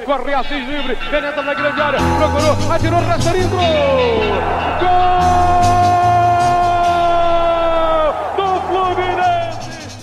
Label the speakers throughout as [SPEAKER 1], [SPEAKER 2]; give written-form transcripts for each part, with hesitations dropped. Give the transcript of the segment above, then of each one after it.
[SPEAKER 1] corre Assis livre, penetra na grande área, procurou, atirou, rastreou, gol do Fluminense!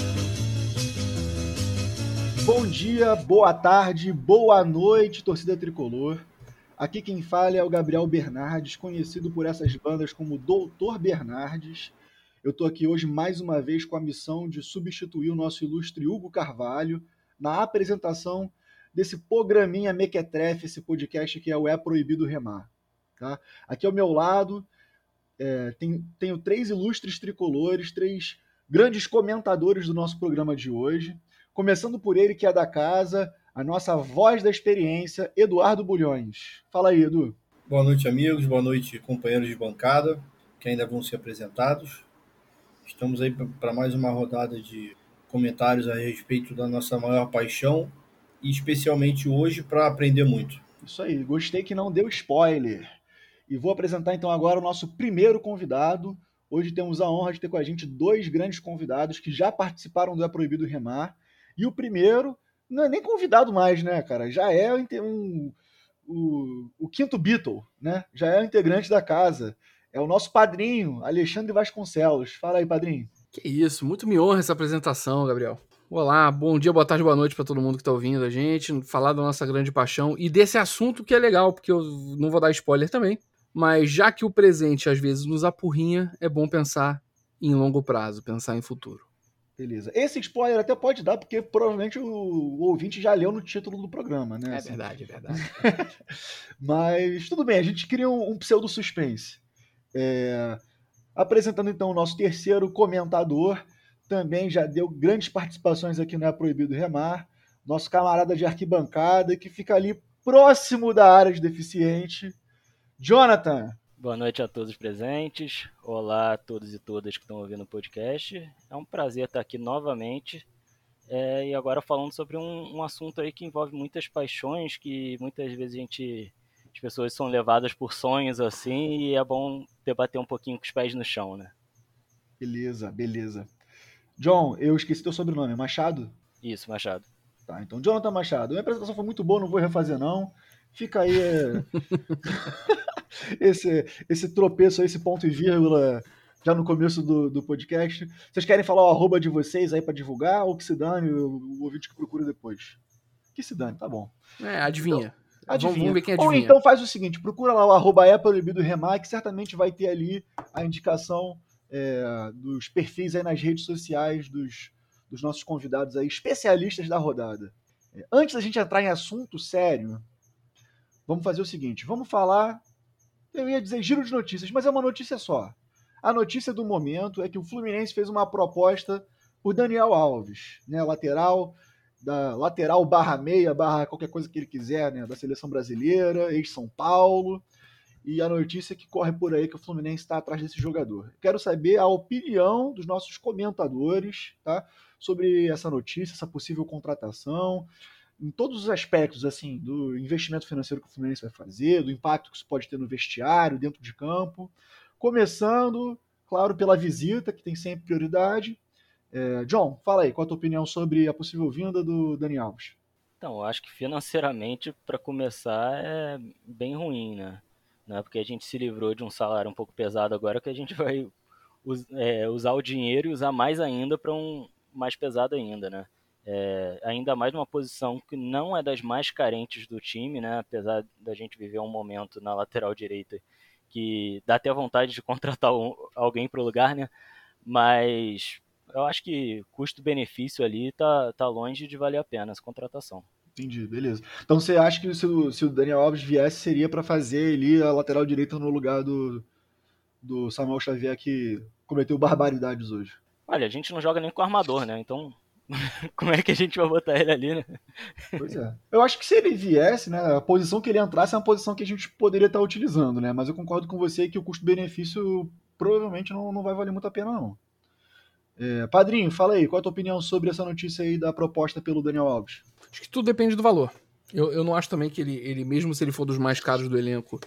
[SPEAKER 2] Bom dia, boa tarde, boa noite, torcida tricolor. Aqui quem fala é o Gabriel Bernardes, conhecido por essas bandas como Doutor Bernardes. Eu estou aqui hoje mais uma vez com a missão de substituir o nosso ilustre Hugo Carvalho na apresentação desse programinha mequetrefe, esse podcast que é o É Proibido Remar. Tá? Aqui ao meu lado tenho três ilustres tricolores, três grandes comentadores do nosso programa de hoje. Começando por ele, que é da casa, a nossa voz da experiência, Eduardo Bulhões. Fala aí, Edu.
[SPEAKER 3] Boa noite, amigos. Boa noite, companheiros de bancada, que ainda vão ser apresentados. Estamos aí para mais uma rodada de comentários a respeito da nossa maior paixão e especialmente hoje para aprender muito.
[SPEAKER 2] Isso aí, gostei que não deu spoiler. E vou apresentar então agora o nosso primeiro convidado. Hoje temos a honra de ter com a gente dois grandes convidados que já participaram do É Proibido Remar. E o primeiro não é nem convidado mais, né, cara? Já é o quinto Beatle, né? Já é o integrante da casa. É o nosso padrinho, Alexandre Vasconcelos. Fala aí, padrinho.
[SPEAKER 4] Que isso, muito me honra essa apresentação, Gabriel. Olá, bom dia, boa tarde, boa noite para todo mundo que está ouvindo a gente, falar da nossa grande paixão e desse assunto que é legal, porque eu não vou dar spoiler também, mas já que o presente às vezes nos apurrinha, é bom pensar em longo prazo, pensar em futuro.
[SPEAKER 2] Beleza. Esse spoiler até pode dar, porque provavelmente o ouvinte já leu no título do programa, né?
[SPEAKER 4] É verdade, é verdade.
[SPEAKER 2] Mas tudo bem, a gente cria um pseudo-suspense. Apresentando então o nosso terceiro comentador, também já deu grandes participações aqui no É Proibido Remar, nosso camarada de arquibancada, que fica ali próximo da área de deficiente, Jonathan.
[SPEAKER 5] Boa noite a todos os presentes, olá a todos e todas que estão ouvindo o podcast, é um prazer estar aqui novamente, e agora falando sobre um assunto aí que envolve muitas paixões, que muitas vezes as pessoas são levadas por sonhos assim, e é bom debater um pouquinho com os pés no chão, né?
[SPEAKER 2] Beleza. John, eu esqueci teu sobrenome, Machado?
[SPEAKER 5] Isso, Machado.
[SPEAKER 2] Tá, então Jonathan Machado. A apresentação foi muito boa, não vou refazer não. Fica aí esse tropeço aí, esse ponto e vírgula já no começo do podcast. Vocês querem falar o arroba de vocês aí pra divulgar ou que se dane o ouvinte que procura depois? Que se dane, tá bom.
[SPEAKER 4] Adivinha.
[SPEAKER 2] Então,
[SPEAKER 4] Vamos ver quem adivinha.
[SPEAKER 2] Ou então faz o seguinte, procura lá o arroba É Proibido Remar, que certamente vai ter ali a indicação dos perfis aí nas redes sociais dos nossos convidados aí, especialistas da rodada. Antes da gente entrar em assunto sério, vamos fazer o seguinte, vamos falar, eu ia dizer giro de notícias, mas é uma notícia só. A notícia do momento é que o Fluminense fez uma proposta por Daniel Alves, né, lateral barra meia, barra qualquer coisa que ele quiser, né, da seleção brasileira, ex-São Paulo, e a notícia que corre por aí que o Fluminense está atrás desse jogador. Quero saber a opinião dos nossos comentadores, tá, sobre essa notícia, essa possível contratação, em todos os aspectos, assim, do investimento financeiro que o Fluminense vai fazer, do impacto que isso pode ter no vestiário, dentro de campo, começando, claro, pela visita, que tem sempre prioridade. John, fala aí, qual a tua opinião sobre a possível vinda do Dani Alves?
[SPEAKER 5] Então, eu acho que financeiramente, para começar, é bem ruim, né? Não é porque a gente se livrou de um salário um pouco pesado agora que a gente vai usar o dinheiro e usar mais ainda para um mais pesado ainda, né? Ainda mais numa posição que não é das mais carentes do time, né? Apesar da gente viver um momento na lateral direita que dá até vontade de contratar alguém para o lugar, né? Mas eu acho que custo-benefício ali tá longe de valer a pena essa contratação.
[SPEAKER 2] Entendi, beleza. Então você acha que se o Daniel Alves viesse, seria para fazer ali a lateral direita no lugar do Samuel Xavier, que cometeu barbaridades hoje?
[SPEAKER 5] Olha, a gente não joga nem com armador, né? Então, como é que a gente vai botar ele ali, né?
[SPEAKER 2] Pois é. Eu acho que se ele viesse, né, a posição que ele entrasse é uma posição que a gente poderia estar utilizando, né? Mas eu concordo com você que o custo-benefício provavelmente não vai valer muito a pena, não. Padrinho, fala aí, qual é a tua opinião sobre essa notícia aí da proposta pelo Daniel Alves?
[SPEAKER 4] Acho que tudo depende do valor. Eu não acho também que ele, mesmo se ele for dos mais caros do elenco,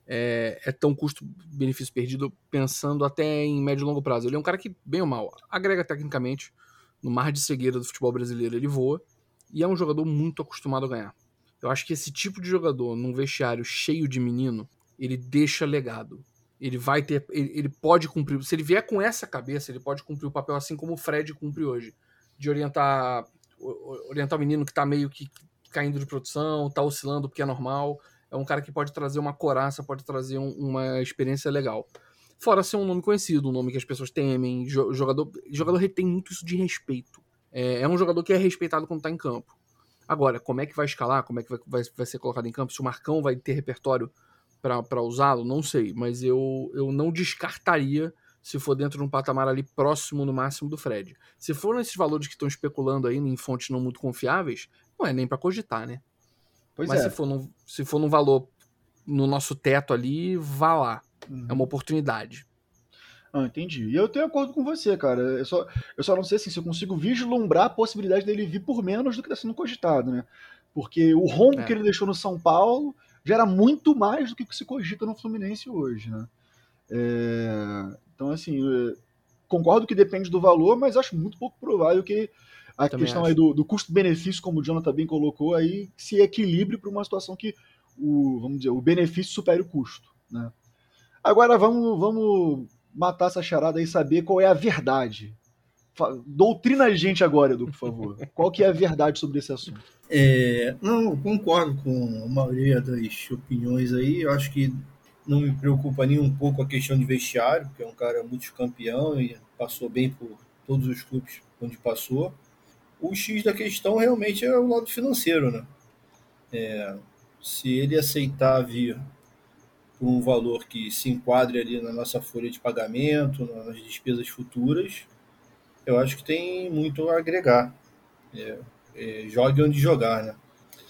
[SPEAKER 4] é tão custo-benefício perdido, pensando até em médio e longo prazo. Ele é um cara que, bem ou mal, agrega tecnicamente, no mar de cegueira do futebol brasileiro ele voa, e é um jogador muito acostumado a ganhar. Eu acho que esse tipo de jogador, num vestiário cheio de menino, ele deixa legado. Ele vai ter. Ele pode cumprir. Se ele vier com essa cabeça, ele pode cumprir o papel assim como o Fred cumpre hoje. De orientar o menino que tá meio que caindo de produção, tá oscilando porque é normal. É um cara que pode trazer uma coraça, pode trazer uma experiência legal. Fora ser um nome conhecido, um nome que as pessoas temem. Jogador tem muito isso de respeito. É um jogador que é respeitado quando tá em campo. Agora, como é que vai escalar? Como é que vai ser colocado em campo? Se o Marcão vai ter repertório para usá-lo? Não sei. Mas eu não descartaria se for dentro de um patamar ali próximo, no máximo, do Fred. Se for nesses valores que estão especulando aí em fontes não muito confiáveis, não é nem para cogitar, né?
[SPEAKER 2] Pois
[SPEAKER 4] mas
[SPEAKER 2] é.
[SPEAKER 4] se for num valor no nosso teto ali, vá lá. É uma oportunidade.
[SPEAKER 2] Ah, entendi. E eu tenho acordo com você, cara. Eu só não sei assim, se eu consigo vislumbrar a possibilidade dele vir por menos do que está sendo cogitado, né? Porque o rombo que ele deixou no São Paulo já era muito mais do que se cogita no Fluminense hoje, né? Então, assim, concordo que depende do valor, mas acho muito pouco provável que a
[SPEAKER 4] Também
[SPEAKER 2] questão
[SPEAKER 4] acho.
[SPEAKER 2] aí do custo-benefício, como o Jonathan bem colocou, aí se equilibre para uma situação que vamos dizer, o benefício supere o custo, né? Agora vamos matar essa charada e saber qual é a verdade. Doutrina a gente agora, Edu, por favor. Qual que é a verdade sobre esse assunto?
[SPEAKER 3] Não, eu concordo com a maioria das opiniões aí. Eu acho que não me preocupa nem um pouco a questão de vestiário, porque é um cara multicampeão e passou bem por todos os clubes onde passou. O X da questão realmente é o lado financeiro, né? Se ele aceitar vir por um valor que se enquadre ali na nossa folha de pagamento, nas despesas futuras, eu acho que tem muito a agregar. Jogue onde jogar, né?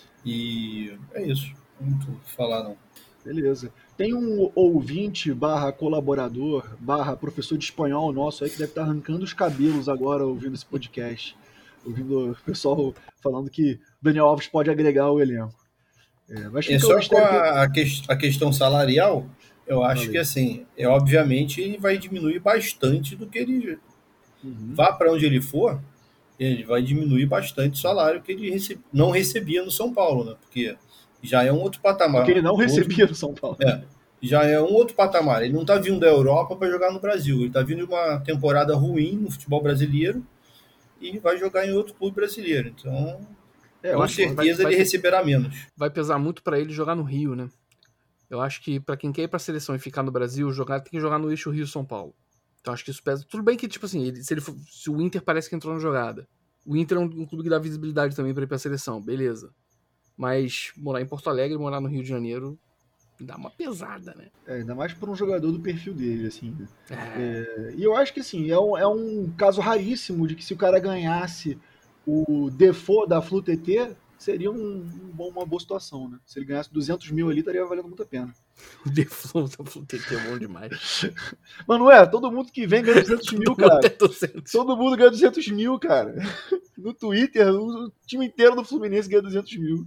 [SPEAKER 3] E é isso. Não tem muito o que falar, não.
[SPEAKER 2] Beleza. Tem um ouvinte barra colaborador barra professor de espanhol nosso aí que deve estar arrancando os cabelos agora ouvindo esse podcast. Ouvindo o pessoal falando que Daniel Alves pode agregar ao elenco. Mas fica o
[SPEAKER 3] Só com
[SPEAKER 2] mistério que...
[SPEAKER 3] a questão salarial, eu acho
[SPEAKER 2] Falei.
[SPEAKER 3] que assim, obviamente ele vai diminuir bastante do que ele vá para onde ele for, ele vai diminuir bastante o salário que ele não recebia no São Paulo, né? Porque já é um outro patamar.
[SPEAKER 2] Porque ele não recebia no São Paulo.
[SPEAKER 3] Já é um outro patamar. Ele não está vindo da Europa para jogar no Brasil. Ele está vindo de uma temporada ruim no futebol brasileiro e vai jogar em outro clube brasileiro. Então, com certeza ele receberá menos.
[SPEAKER 4] Vai pesar muito para ele jogar no Rio, né? Eu acho que para quem quer ir para a seleção e ficar no Brasil, tem que jogar no eixo Rio-São Paulo. Então acho que isso pesa. Tudo bem que, tipo assim, se o Inter parece que entrou na jogada. O Inter é um clube que dá visibilidade também para ir para a seleção, beleza. Mas morar em Porto Alegre, morar no Rio de Janeiro, dá uma pesada, né?
[SPEAKER 2] Ainda mais por um jogador do perfil dele, assim. E eu acho que, assim, é um caso raríssimo de que se o cara ganhasse o default da Flu-TT, seria uma boa situação, né? Se ele ganhasse 200 mil ali, estaria valendo muito a pena.
[SPEAKER 4] O default da Flu-TT é bom demais.
[SPEAKER 2] Mas não é? Todo mundo que vem ganha 200 mil, cara. Todo mundo ganha 200 mil, cara. No Twitter, o time inteiro do Fluminense ganha 200 mil.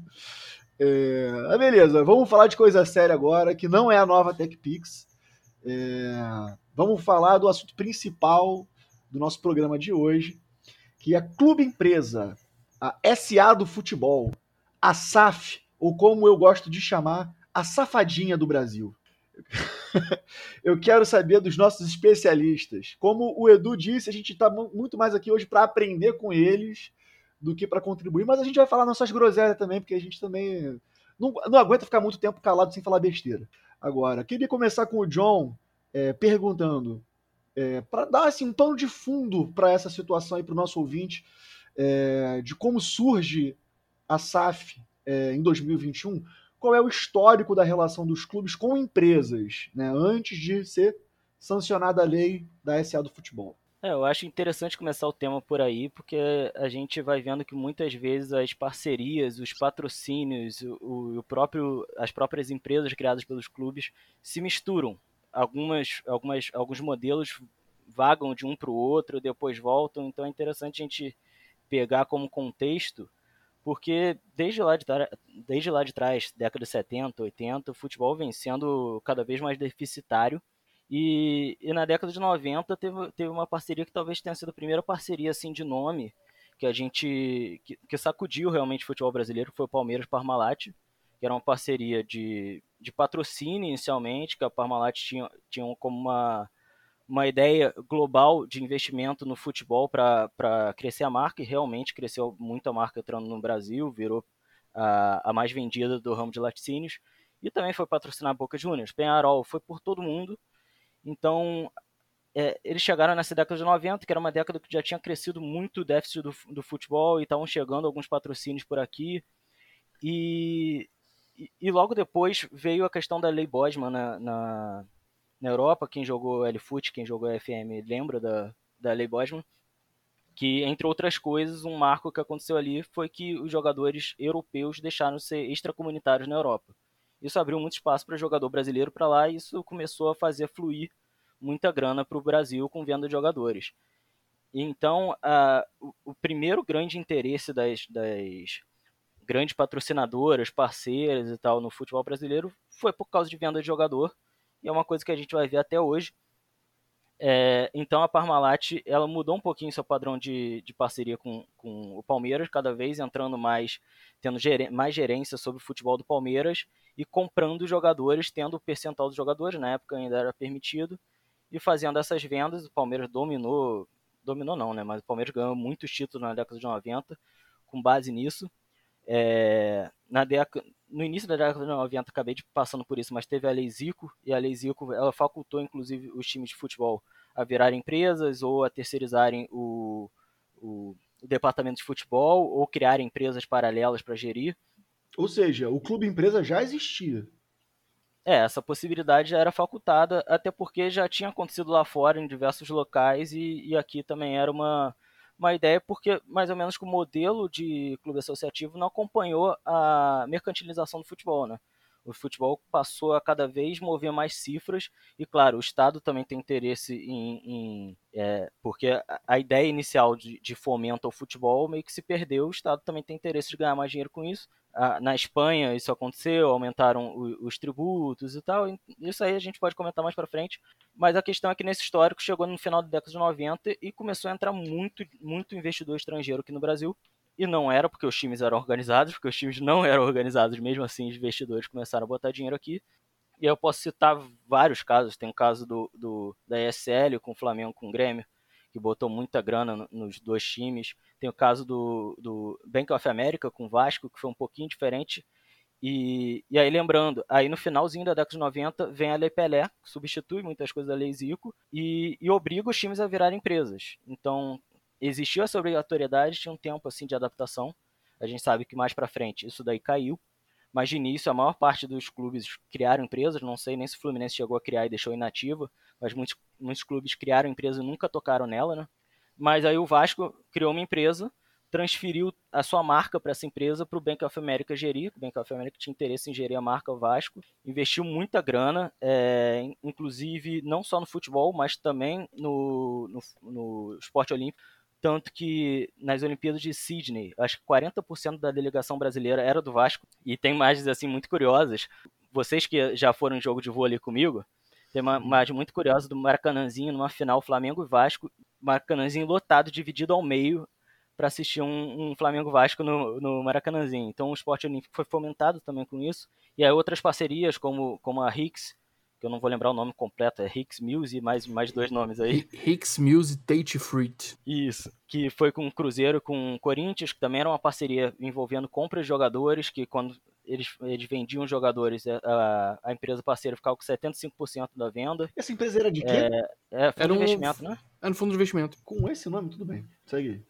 [SPEAKER 2] Beleza, vamos falar de coisa séria agora, que não é a nova TechPix. Vamos falar do assunto principal do nosso programa de hoje, que é Clube Empresa, a SA do futebol, a SAF, ou como eu gosto de chamar, a safadinha do Brasil. Eu quero saber dos nossos especialistas. Como o Edu disse, a gente está muito mais aqui hoje para aprender com eles do que para contribuir, mas a gente vai falar nossas groselhas também, porque a gente também não aguenta ficar muito tempo calado sem falar besteira. Agora, queria começar com o John perguntando, para dar assim, um pano de fundo para essa situação aí para o nosso ouvinte, de como surge a SAF em 2021, qual é o histórico da relação dos clubes com empresas, né, antes de ser sancionada a lei da SA do futebol.
[SPEAKER 5] Eu acho interessante começar o tema por aí, porque a gente vai vendo que muitas vezes as parcerias, os patrocínios, as próprias empresas criadas pelos clubes se misturam. Alguns modelos vagam de um para o outro, depois voltam, então é interessante a gente pegar como contexto, porque desde lá de trás, década de 70, 80, o futebol vem sendo cada vez mais deficitário. E na década de 90 teve uma parceria que talvez tenha sido a primeira parceria assim, de nome que a gente que sacudiu realmente o futebol brasileiro, que foi o Palmeiras-Parmalat, que era uma parceria de patrocínio inicialmente, que a Parmalat tinha como uma ideia global de investimento no futebol para crescer a marca, e realmente cresceu muito a marca entrando no Brasil, virou a mais vendida do ramo de laticínios, e também foi patrocinar a Boca Juniors, Peñarol, foi por todo mundo. Então, eles chegaram nessa década de 90, que era uma década que já tinha crescido muito o déficit do futebol, e estavam chegando alguns patrocínios por aqui, e logo depois veio a questão da Lei Bosman na Europa. Quem jogou L-Foot, quem jogou FM lembra da Lei Bosman, que, entre outras coisas, um marco que aconteceu ali foi que os jogadores europeus deixaram de ser extracomunitários na Europa. Isso abriu muito espaço para jogador brasileiro para lá, e isso começou a fazer fluir muita grana para o Brasil com venda de jogadores. Então, o primeiro grande interesse das grandes patrocinadoras, parceiras e tal no futebol brasileiro foi por causa de venda de jogador, e é uma coisa que a gente vai ver até hoje. Então a Parmalat, ela mudou um pouquinho seu padrão de parceria com o Palmeiras, cada vez entrando mais, tendo mais gerência sobre o futebol do Palmeiras e comprando jogadores, tendo o percentual dos jogadores, na época ainda era permitido, e fazendo essas vendas. O Palmeiras dominou não, né? Mas o Palmeiras ganhou muitos títulos na década de 90 com base nisso. No início da década de 90, acabei passando por isso, mas teve a Lei Zico, e a Lei Zico, ela facultou inclusive os times de futebol a virarem empresas ou a terceirizarem o departamento de futebol, ou criarem empresas paralelas para gerir.
[SPEAKER 2] Ou seja, o clube empresa já existia.
[SPEAKER 5] Essa possibilidade já era facultada, até porque já tinha acontecido lá fora em diversos locais, e aqui também era uma ideia, porque mais ou menos que o modelo de clube associativo não acompanhou a mercantilização do futebol, né? O futebol passou a cada vez mover mais cifras, e claro, o Estado também tem interesse porque a ideia inicial de fomento ao futebol meio que se perdeu. O Estado também tem interesse de ganhar mais dinheiro com isso. Na Espanha isso aconteceu, aumentaram os tributos e tal, isso aí a gente pode comentar mais para frente, mas a questão é que nesse histórico chegou no final da década de 90 e começou a entrar muito, muito investidor estrangeiro aqui no Brasil, e não era porque os times eram organizados, porque os times não eram organizados, mesmo assim os investidores começaram a botar dinheiro aqui. E eu posso citar vários casos. Tem o caso da ESL com o Flamengo, com o Grêmio, que botou muita grana nos dois times. Tem o caso do Bank of America com o Vasco, que foi um pouquinho diferente. E aí, lembrando, aí no finalzinho da década de 90 vem a Lei Pelé, que substitui muitas coisas da Lei Zico, e obriga os times a virarem empresas. Então, existiu essa obrigatoriedade, tinha um tempo assim de adaptação. A gente sabe que mais para frente isso daí caiu, mas de início a maior parte dos clubes criaram empresas. Não sei nem se o Fluminense chegou a criar e deixou inativa, mas muitos clubes criaram empresa e nunca tocaram nela, né? Mas aí o Vasco criou uma empresa, transferiu a sua marca para essa empresa, para o Bank of America gerir. O Bank of America tinha interesse em gerir a marca Vasco, investiu muita grana, inclusive não só no futebol, mas também no esporte olímpico. Tanto que nas Olimpíadas de Sydney, acho que 40% da delegação brasileira era do Vasco. E tem imagens assim muito curiosas. Vocês que já foram em jogo de vôlei comigo, tem uma imagem muito curiosa do Maracanãzinho, numa final Flamengo e Vasco. Maracanãzinho lotado, dividido ao meio, para assistir um Flamengo-Vasco no Maracanãzinho. Então o esporte olímpico foi fomentado também com isso. E aí outras parcerias, como a Hicks, que eu não vou lembrar o nome completo, é Hicks Mills e mais dois nomes aí.
[SPEAKER 4] Hicks Mills e Tate Fruit.
[SPEAKER 5] Isso, que foi com o Cruzeiro, com o Corinthians, que também era uma parceria envolvendo compra de jogadores, que quando eles vendiam jogadores, a empresa parceira ficava com 75% da venda.
[SPEAKER 2] Essa empresa era de quê?
[SPEAKER 5] Fundo de investimento, né?
[SPEAKER 4] Era um fundo de investimento.
[SPEAKER 2] Com esse nome, tudo bem. Segue.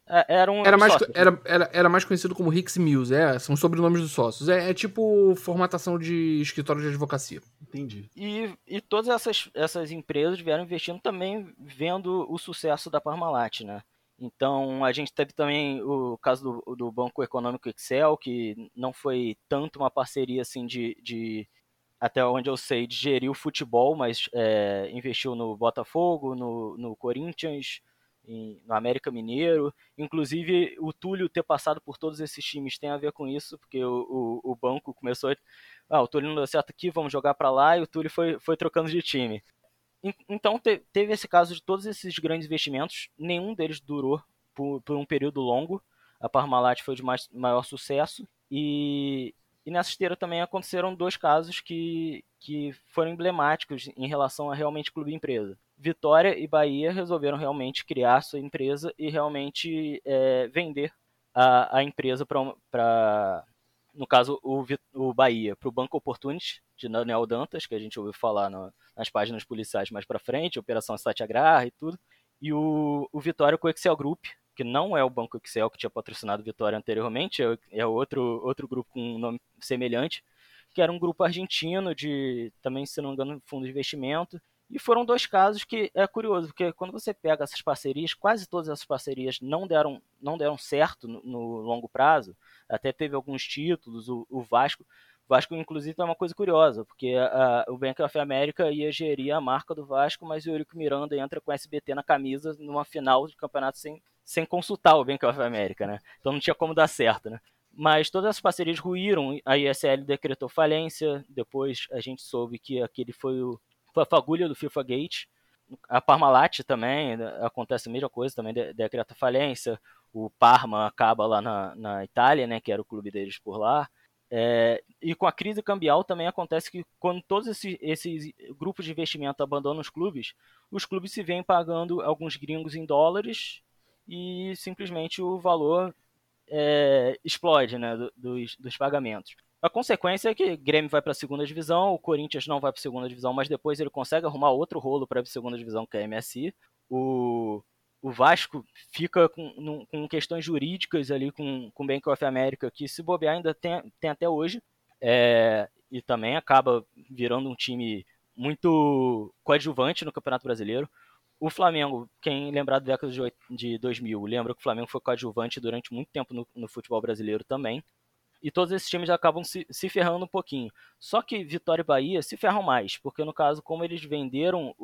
[SPEAKER 4] Era mais conhecido como Hicks Mills, são os sobrenomes dos sócios. É tipo formatação de escritório de advocacia.
[SPEAKER 2] Entendi.
[SPEAKER 5] E todas essas empresas vieram investindo também, vendo o sucesso da Parmalat, né? Então a gente teve também o caso do Banco Econômico Excel, que não foi tanto uma parceria assim até onde eu sei, de gerir o futebol, mas investiu no Botafogo, no Corinthians, no América Mineiro. Inclusive, o Túlio ter passado por todos esses times tem a ver com isso, porque o banco começou o Túlio não deu certo aqui, vamos jogar para lá, e o Túlio foi trocando de time. Então, teve esse caso de todos esses grandes investimentos, nenhum deles durou por um período longo. A Parmalat foi de maior sucesso, e E nessa esteira também aconteceram 2 casos que foram emblemáticos em relação a realmente clube-empresa. Vitória e Bahia resolveram realmente criar sua empresa e realmente vender a empresa para, no caso, o Bahia, para o Banco Opportunity, de Daniel Dantas, que a gente ouviu falar nas páginas policiais mais para frente, Operação Satyagraha e tudo. E o Vitória com o Excel Group, que não é o Banco Excel que tinha patrocinado Vitória anteriormente, é outro grupo com um nome semelhante, que era um grupo argentino de, também, se não me engano, fundo de investimento. E foram 2 casos que é curioso, porque quando você pega essas parcerias, quase todas essas parcerias não deram certo no longo prazo. Até teve alguns títulos, o Vasco. O Vasco, inclusive, é uma coisa curiosa, porque o Bank of America ia gerir a marca do Vasco, mas o Eurico Miranda entra com o SBT na camisa numa final de campeonato sem consultar o Bank of America, né? Então não tinha como dar certo, né? Mas todas as parcerias ruíram, a ISL decretou falência, depois a gente soube que aquele foi a fagulha do FIFA Gate. A Parmalat também, acontece a mesma coisa, também decreta falência. O Parma acaba lá na Itália, né, que era o clube deles por lá. E com a crise cambial também acontece que quando todos esses grupos de investimento abandonam os clubes se veem pagando alguns gringos em dólares e simplesmente o valor explode, né, dos pagamentos. A consequência é que o Grêmio vai para a segunda divisão, o Corinthians não vai para a segunda divisão, mas depois ele consegue arrumar outro rolo para a segunda divisão, que é a MSI. O Vasco fica com questões jurídicas ali com o Bank of America, que se bobear ainda tem até hoje, e também acaba virando um time muito coadjuvante no Campeonato Brasileiro. O Flamengo, quem lembrar da década de 2000, lembra que o Flamengo foi coadjuvante durante muito tempo no futebol brasileiro também. E todos esses times acabam se ferrando um pouquinho. Só que Vitória e Bahia se ferram mais, porque no caso, como eles venderam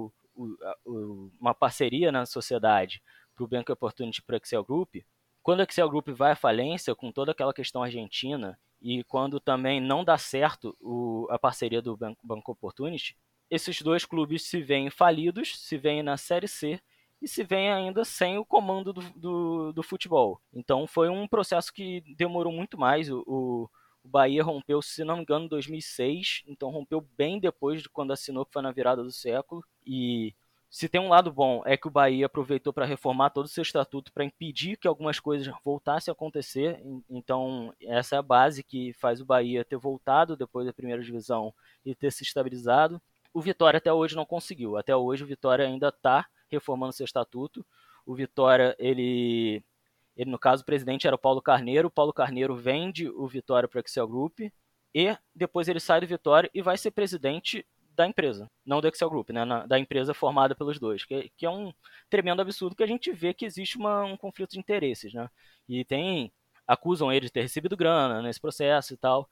[SPEAKER 5] uma parceria na sociedade para o Bank Opportunity para o Excel Group, quando o Excel Group vai à falência, com toda aquela questão argentina, e quando também não dá certo a parceria do Banco Opportunity, esses 2 clubes se veem falidos, se veem na Série C e se veem ainda sem o comando do futebol. Então foi um processo que demorou muito mais. O Bahia rompeu, se não me engano, em 2006, então rompeu bem depois de quando assinou, que foi na virada do século. E se tem um lado bom, é que o Bahia aproveitou para reformar todo o seu estatuto para impedir que algumas coisas voltassem a acontecer. Então essa é a base que faz o Bahia ter voltado depois da primeira divisão e ter se estabilizado. O Vitória até hoje não conseguiu. Até hoje o Vitória ainda está reformando seu estatuto. O Vitória, ele no caso, o presidente era o Paulo Carneiro. O Paulo Carneiro vende o Vitória para o Excel Group e depois ele sai do Vitória e vai ser presidente da empresa, não do Excel Group, né, da empresa formada pelos dois, que é um tremendo absurdo, que a gente vê que existe um conflito de interesses, né? E acusam ele de ter recebido grana nesse processo e tal.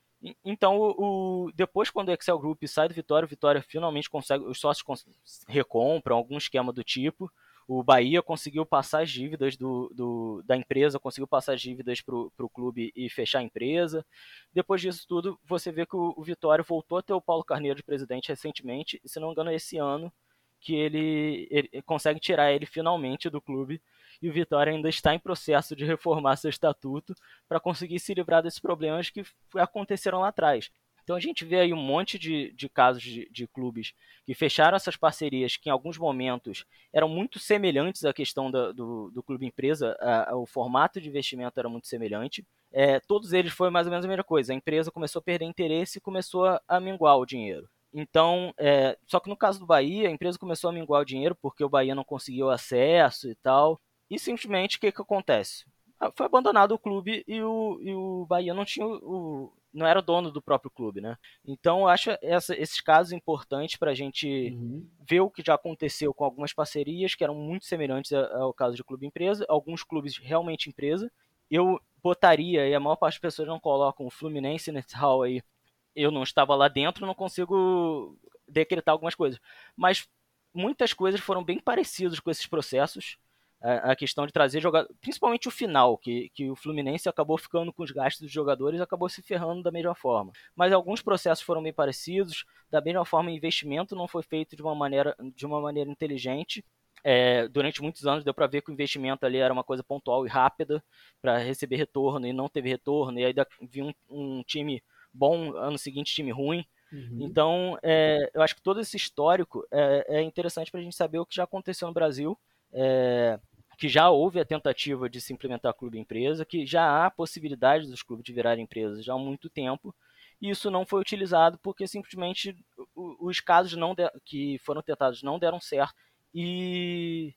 [SPEAKER 5] Então, depois, quando o Excel Group sai do Vitória, o Vitória finalmente consegue, os sócios recompram algum esquema do tipo. O Bahia conseguiu passar as dívidas da empresa, conseguiu passar as dívidas para o clube e fechar a empresa. Depois disso tudo, você vê que o Vitória voltou a ter o Paulo Carneiro de presidente recentemente, e se não me engano, esse ano que ele consegue tirar ele finalmente do clube, e o Vitória ainda está em processo de reformar seu estatuto para conseguir se livrar desses problemas que aconteceram lá atrás. Então a gente vê aí um monte de casos de clubes que fecharam essas parcerias que em alguns momentos eram muito semelhantes à questão do clube empresa, o formato de investimento era muito semelhante. Todos eles foi mais ou menos a mesma coisa, a empresa começou a perder interesse e começou a minguar o dinheiro. Então, só que no caso do Bahia, a empresa começou a minguar o dinheiro porque o Bahia não conseguiu acesso e tal, e simplesmente o que acontece? Foi abandonado o clube e o Bahia não tinha não era dono do próprio clube, né? Então eu acho esses casos importantes para a gente ver o que já aconteceu com algumas parcerias que eram muito semelhantes ao caso de clube-empresa, alguns clubes realmente empresa. Eu botaria, e a maior parte das pessoas não colocam o Fluminense nesse hall aí, eu não estava lá dentro, não consigo decretar algumas coisas, mas muitas coisas foram bem parecidas com esses processos. A questão de trazer jogadores, principalmente o final, que o Fluminense acabou ficando com os gastos dos jogadores e acabou se ferrando da mesma forma. Mas alguns processos foram bem parecidos, da mesma forma o investimento não foi feito de uma maneira inteligente. Durante muitos anos deu para ver que o investimento ali era uma coisa pontual e rápida para receber retorno, e não teve retorno, e aí vinha um time bom, ano seguinte time ruim.
[SPEAKER 2] Uhum.
[SPEAKER 5] Então, eu acho que todo esse histórico é interessante para a gente saber o que já aconteceu no Brasil, que já houve a tentativa de se implementar clube-empresa, que já há possibilidade dos clubes de virarem empresas já há muito tempo, e isso não foi utilizado porque simplesmente os casos que foram tentados não deram certo, e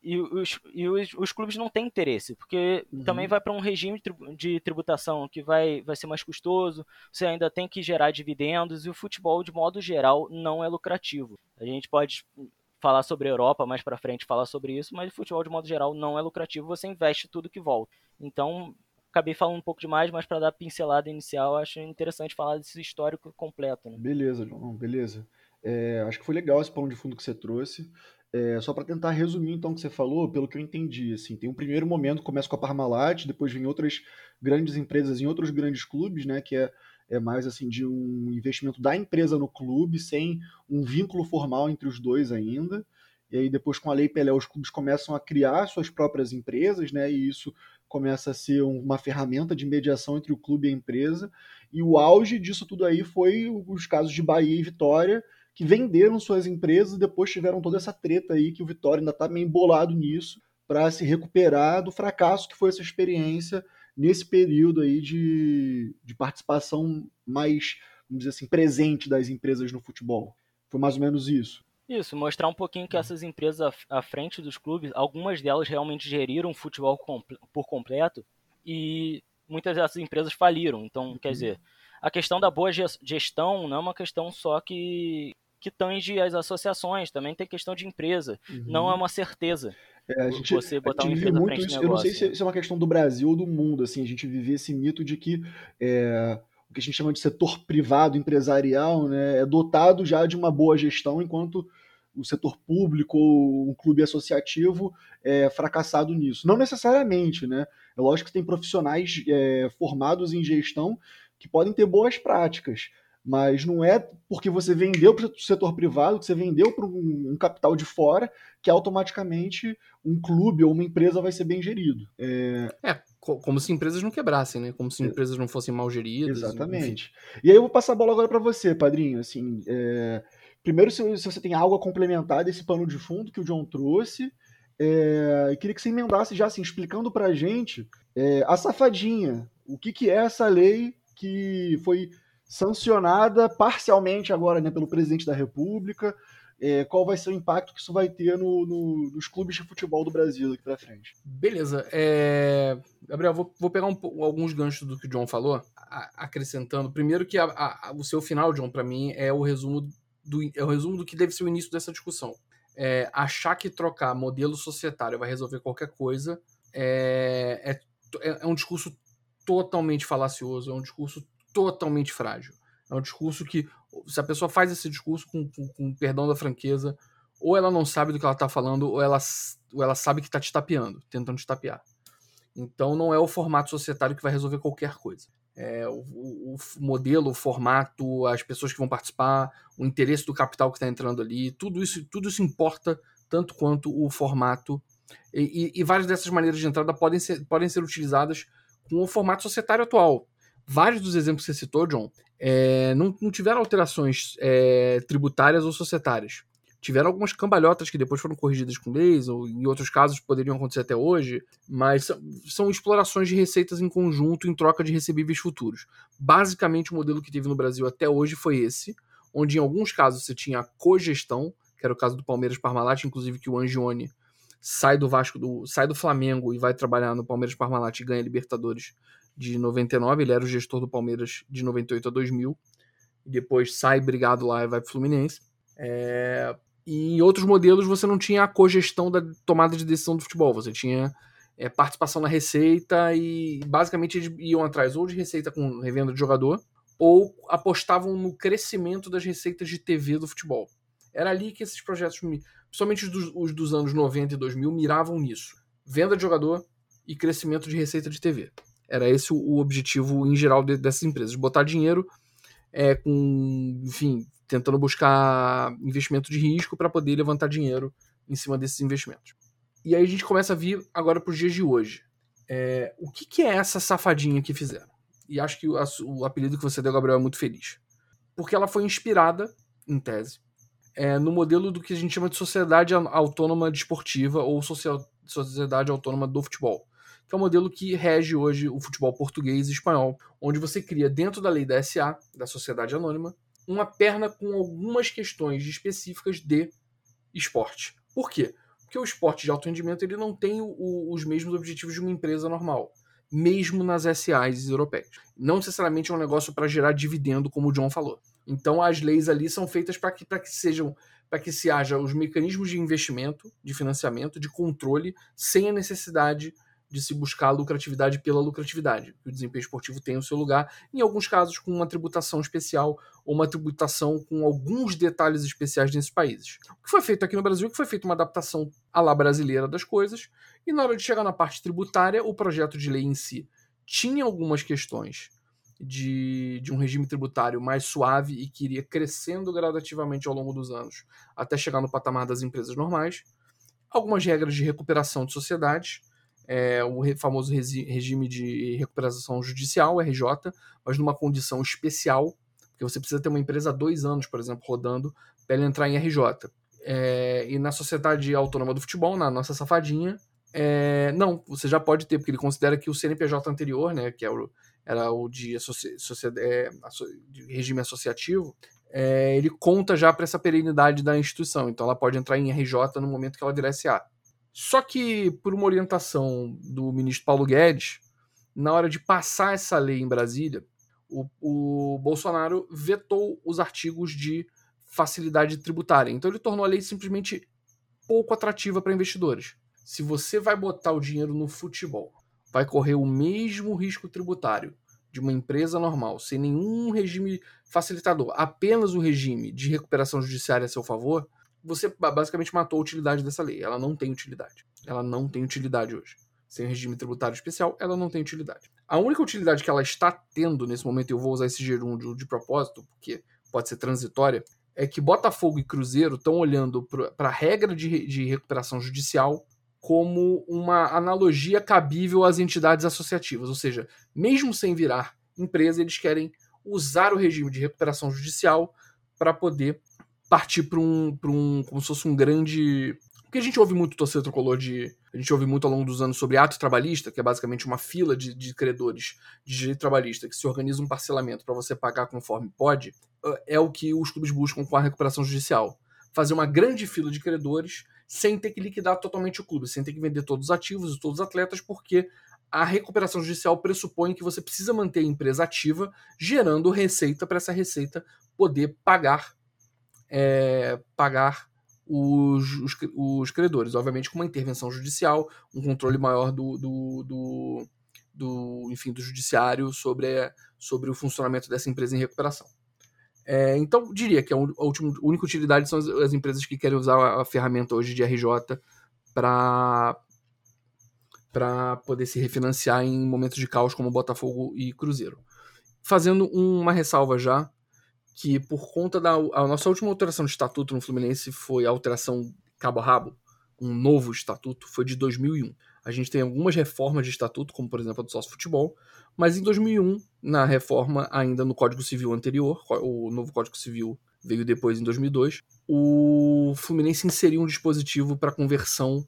[SPEAKER 5] os clubes não têm interesse, porque também vai para um regime de tributação que vai ser mais custoso, você ainda tem que gerar dividendos, e o futebol, de modo geral, não é lucrativo. A gente pode falar sobre a Europa mais para frente, falar sobre isso, mas o futebol, de modo geral, não é lucrativo, você investe tudo que volta. Então, acabei falando um pouco demais, mas para dar a pincelada inicial, acho interessante falar desse histórico completo. Né?
[SPEAKER 2] Beleza, João, beleza. Acho que foi legal esse pano de fundo que você trouxe. Só para tentar resumir, então, o que você falou, pelo que eu entendi, assim, tem um primeiro momento que começa com a Parmalat, depois vem outras grandes empresas em outros grandes clubes, né, que é mais assim de um investimento da empresa no clube, sem um vínculo formal entre os dois ainda. E aí depois, com a Lei Pelé, os clubes começam a criar suas próprias empresas, né, e isso começa a ser uma ferramenta de mediação entre o clube e a empresa. E o auge disso tudo aí foi os casos de Bahia e Vitória, que venderam suas empresas e depois tiveram toda essa treta aí, que o Vitória ainda está meio embolado nisso, para se recuperar do fracasso que foi essa experiência nesse período aí de participação mais, vamos dizer assim, presente das empresas no futebol. Foi mais ou menos isso.
[SPEAKER 5] Isso, mostrar um pouquinho que essas empresas à frente dos clubes, algumas delas realmente geriram o futebol por completo, e muitas dessas empresas faliram. Então, quer dizer, a questão da boa gestão não é uma questão só que tange as associações, também tem questão de empresa. Não é uma certeza você botar uma empresa à frente do negócio.
[SPEAKER 2] Eu não sei se é uma questão do Brasil ou do mundo, assim, a gente vive esse mito de que o que a gente chama de setor privado empresarial, né, é dotado já de uma boa gestão, enquanto o setor público ou um clube associativo é fracassado nisso. Não necessariamente, né? É lógico que tem profissionais formados em gestão que podem ter boas práticas, mas não é porque você vendeu para o setor privado, que você vendeu para um capital de fora, que automaticamente um clube ou uma empresa vai ser bem gerido.
[SPEAKER 4] Como se empresas não quebrassem, né? Como se empresas não fossem mal geridas.
[SPEAKER 2] Exatamente. Enfim. E aí eu vou passar a bola agora para você, padrinho. Assim, primeiro, se você tem algo a complementar desse pano de fundo que o John trouxe, eu queria que você emendasse já, assim, explicando para a gente a safadinha. O que é essa lei que foi sancionada parcialmente agora, né, pelo presidente da República? Qual vai ser o impacto que isso vai ter nos clubes de futebol do Brasil daqui para frente?
[SPEAKER 4] Beleza. Gabriel, vou pegar alguns ganchos do que o John falou, acrescentando. Primeiro que o seu final, John, para mim, é o resumo do que deve ser o início dessa discussão. Achar que trocar modelo societário vai resolver qualquer coisa é um discurso totalmente falacioso, é um discurso totalmente frágil. É um discurso que, se a pessoa faz esse discurso com perdão da franqueza, ou ela não sabe do que ela está falando, ou ela sabe que está te tapeando, tentando te tapear. Então não é o formato societário que vai resolver qualquer coisa. O modelo, o formato, as pessoas que vão participar, o interesse do capital que está entrando ali, tudo isso importa tanto quanto o formato. E várias dessas maneiras de entrada podem ser utilizadas com o formato societário atual. Vários dos exemplos que você citou, John, não tiveram alterações tributárias ou societárias. Tiveram algumas cambalhotas que depois foram corrigidas com leis, ou em outros casos poderiam acontecer até hoje, mas são explorações de receitas em conjunto em troca de recebíveis futuros. Basicamente, o modelo que teve no Brasil até hoje foi esse, onde em alguns casos você tinha a cogestão, que era o caso do Palmeiras Parmalat, inclusive que o Angione sai do Flamengo e vai trabalhar no Palmeiras Parmalat e ganha Libertadores de 99, ele era o gestor do Palmeiras de 98 a 2000, e depois sai brigado lá e vai pro Fluminense. E em outros modelos você não tinha a cogestão da tomada de decisão do futebol, você tinha participação na receita e basicamente eles iam atrás ou de receita com revenda de jogador ou apostavam no crescimento das receitas de TV do futebol. Era ali que esses projetos, principalmente os dos anos 90 e 2000, miravam nisso. Venda de jogador e crescimento de receita de TV. Era esse o objetivo em geral dessas empresas. Botar dinheiro tentando buscar investimento de risco para poder levantar dinheiro em cima desses investimentos. E aí a gente começa a vir agora para os dias de hoje. O que é essa safadinha que fizeram? e acho que o apelido que você deu, Gabriel, é muito feliz. Porque ela foi inspirada, em tese, no modelo do que a gente chama de sociedade autônoma desportiva ou sociedade autônoma do futebol, que é o modelo que rege hoje o futebol português e espanhol, onde você cria dentro da lei da SA, da Sociedade Anônima, uma perna com algumas questões específicas de esporte. Por quê? Porque o esporte de alto rendimento ele não tem os mesmos objetivos de uma empresa normal, mesmo nas SAs europeias. Não necessariamente é um negócio para gerar dividendo, como o John falou. Então as leis ali são feitas para que se haja os mecanismos de investimento, de financiamento, de controle, sem a necessidade de se buscar a lucratividade pela lucratividade. O desempenho esportivo tem o seu lugar, em alguns casos com uma tributação especial ou uma tributação com alguns detalhes especiais nesses países. O que foi feito aqui no Brasil é que foi feita uma adaptação à la brasileira das coisas, e na hora de chegar na parte tributária, o projeto de lei em si tinha algumas questões de um regime tributário mais suave e que iria crescendo gradativamente ao longo dos anos, até chegar no patamar das empresas normais. Algumas regras de recuperação de sociedades, o famoso regime de recuperação judicial, RJ, mas numa condição especial, porque você precisa ter uma empresa há 2 anos, por exemplo, rodando, para ela entrar em RJ. E na Sociedade Autônoma do Futebol, na nossa safadinha, não, você já pode ter, porque ele considera que o CNPJ anterior, né, que era o de regime associativo, ele conta já para essa perenidade da instituição, então ela pode entrar em RJ no momento que ela virar SA. Só que, por uma orientação do ministro Paulo Guedes, na hora de passar essa lei em Brasília, o Bolsonaro vetou os artigos de facilidade tributária. Então ele tornou a lei simplesmente pouco atrativa para investidores. Se você vai botar o dinheiro no futebol, vai correr o mesmo risco tributário de uma empresa normal, sem nenhum regime facilitador, apenas o regime de recuperação judiciária a seu favor, você basicamente matou a utilidade dessa lei. Ela não tem utilidade. Ela não tem utilidade hoje. Sem regime tributário especial, ela não tem utilidade. A única utilidade que ela está tendo nesse momento, eu vou usar esse gerúndio de propósito, porque pode ser transitória, é que Botafogo e Cruzeiro estão olhando para a regra de recuperação judicial como uma analogia cabível às entidades associativas. Ou seja, mesmo sem virar empresa, eles querem usar o regime de recuperação judicial para poder partir para como se fosse um grande... Porque a gente ouve muito torcedor tricolor a gente ouve muito ao longo dos anos sobre ato trabalhista, que é basicamente uma fila de credores de direito trabalhista que se organiza um parcelamento para você pagar conforme pode. É o que os clubes buscam com a recuperação judicial. Fazer uma grande fila de credores sem ter que liquidar totalmente o clube, sem ter que vender todos os ativos e todos os atletas, porque a recuperação judicial pressupõe que você precisa manter a empresa ativa, gerando receita para essa receita poder pagar os credores, obviamente com uma intervenção judicial, um controle maior do judiciário sobre o funcionamento dessa empresa em recuperação. Então, diria que a única utilidade são as empresas que querem usar a ferramenta hoje de RJ para poder se refinanciar em momentos de caos como Botafogo e Cruzeiro. Fazendo uma ressalva já, que por conta a nossa última alteração de estatuto no Fluminense foi a alteração cabo a rabo, um novo estatuto, foi de 2001. A gente tem algumas reformas de estatuto, como por exemplo a do sócio futebol, mas em 2001, na reforma ainda no Código Civil anterior, o novo Código Civil veio depois em 2002, o Fluminense inseriu um dispositivo para conversão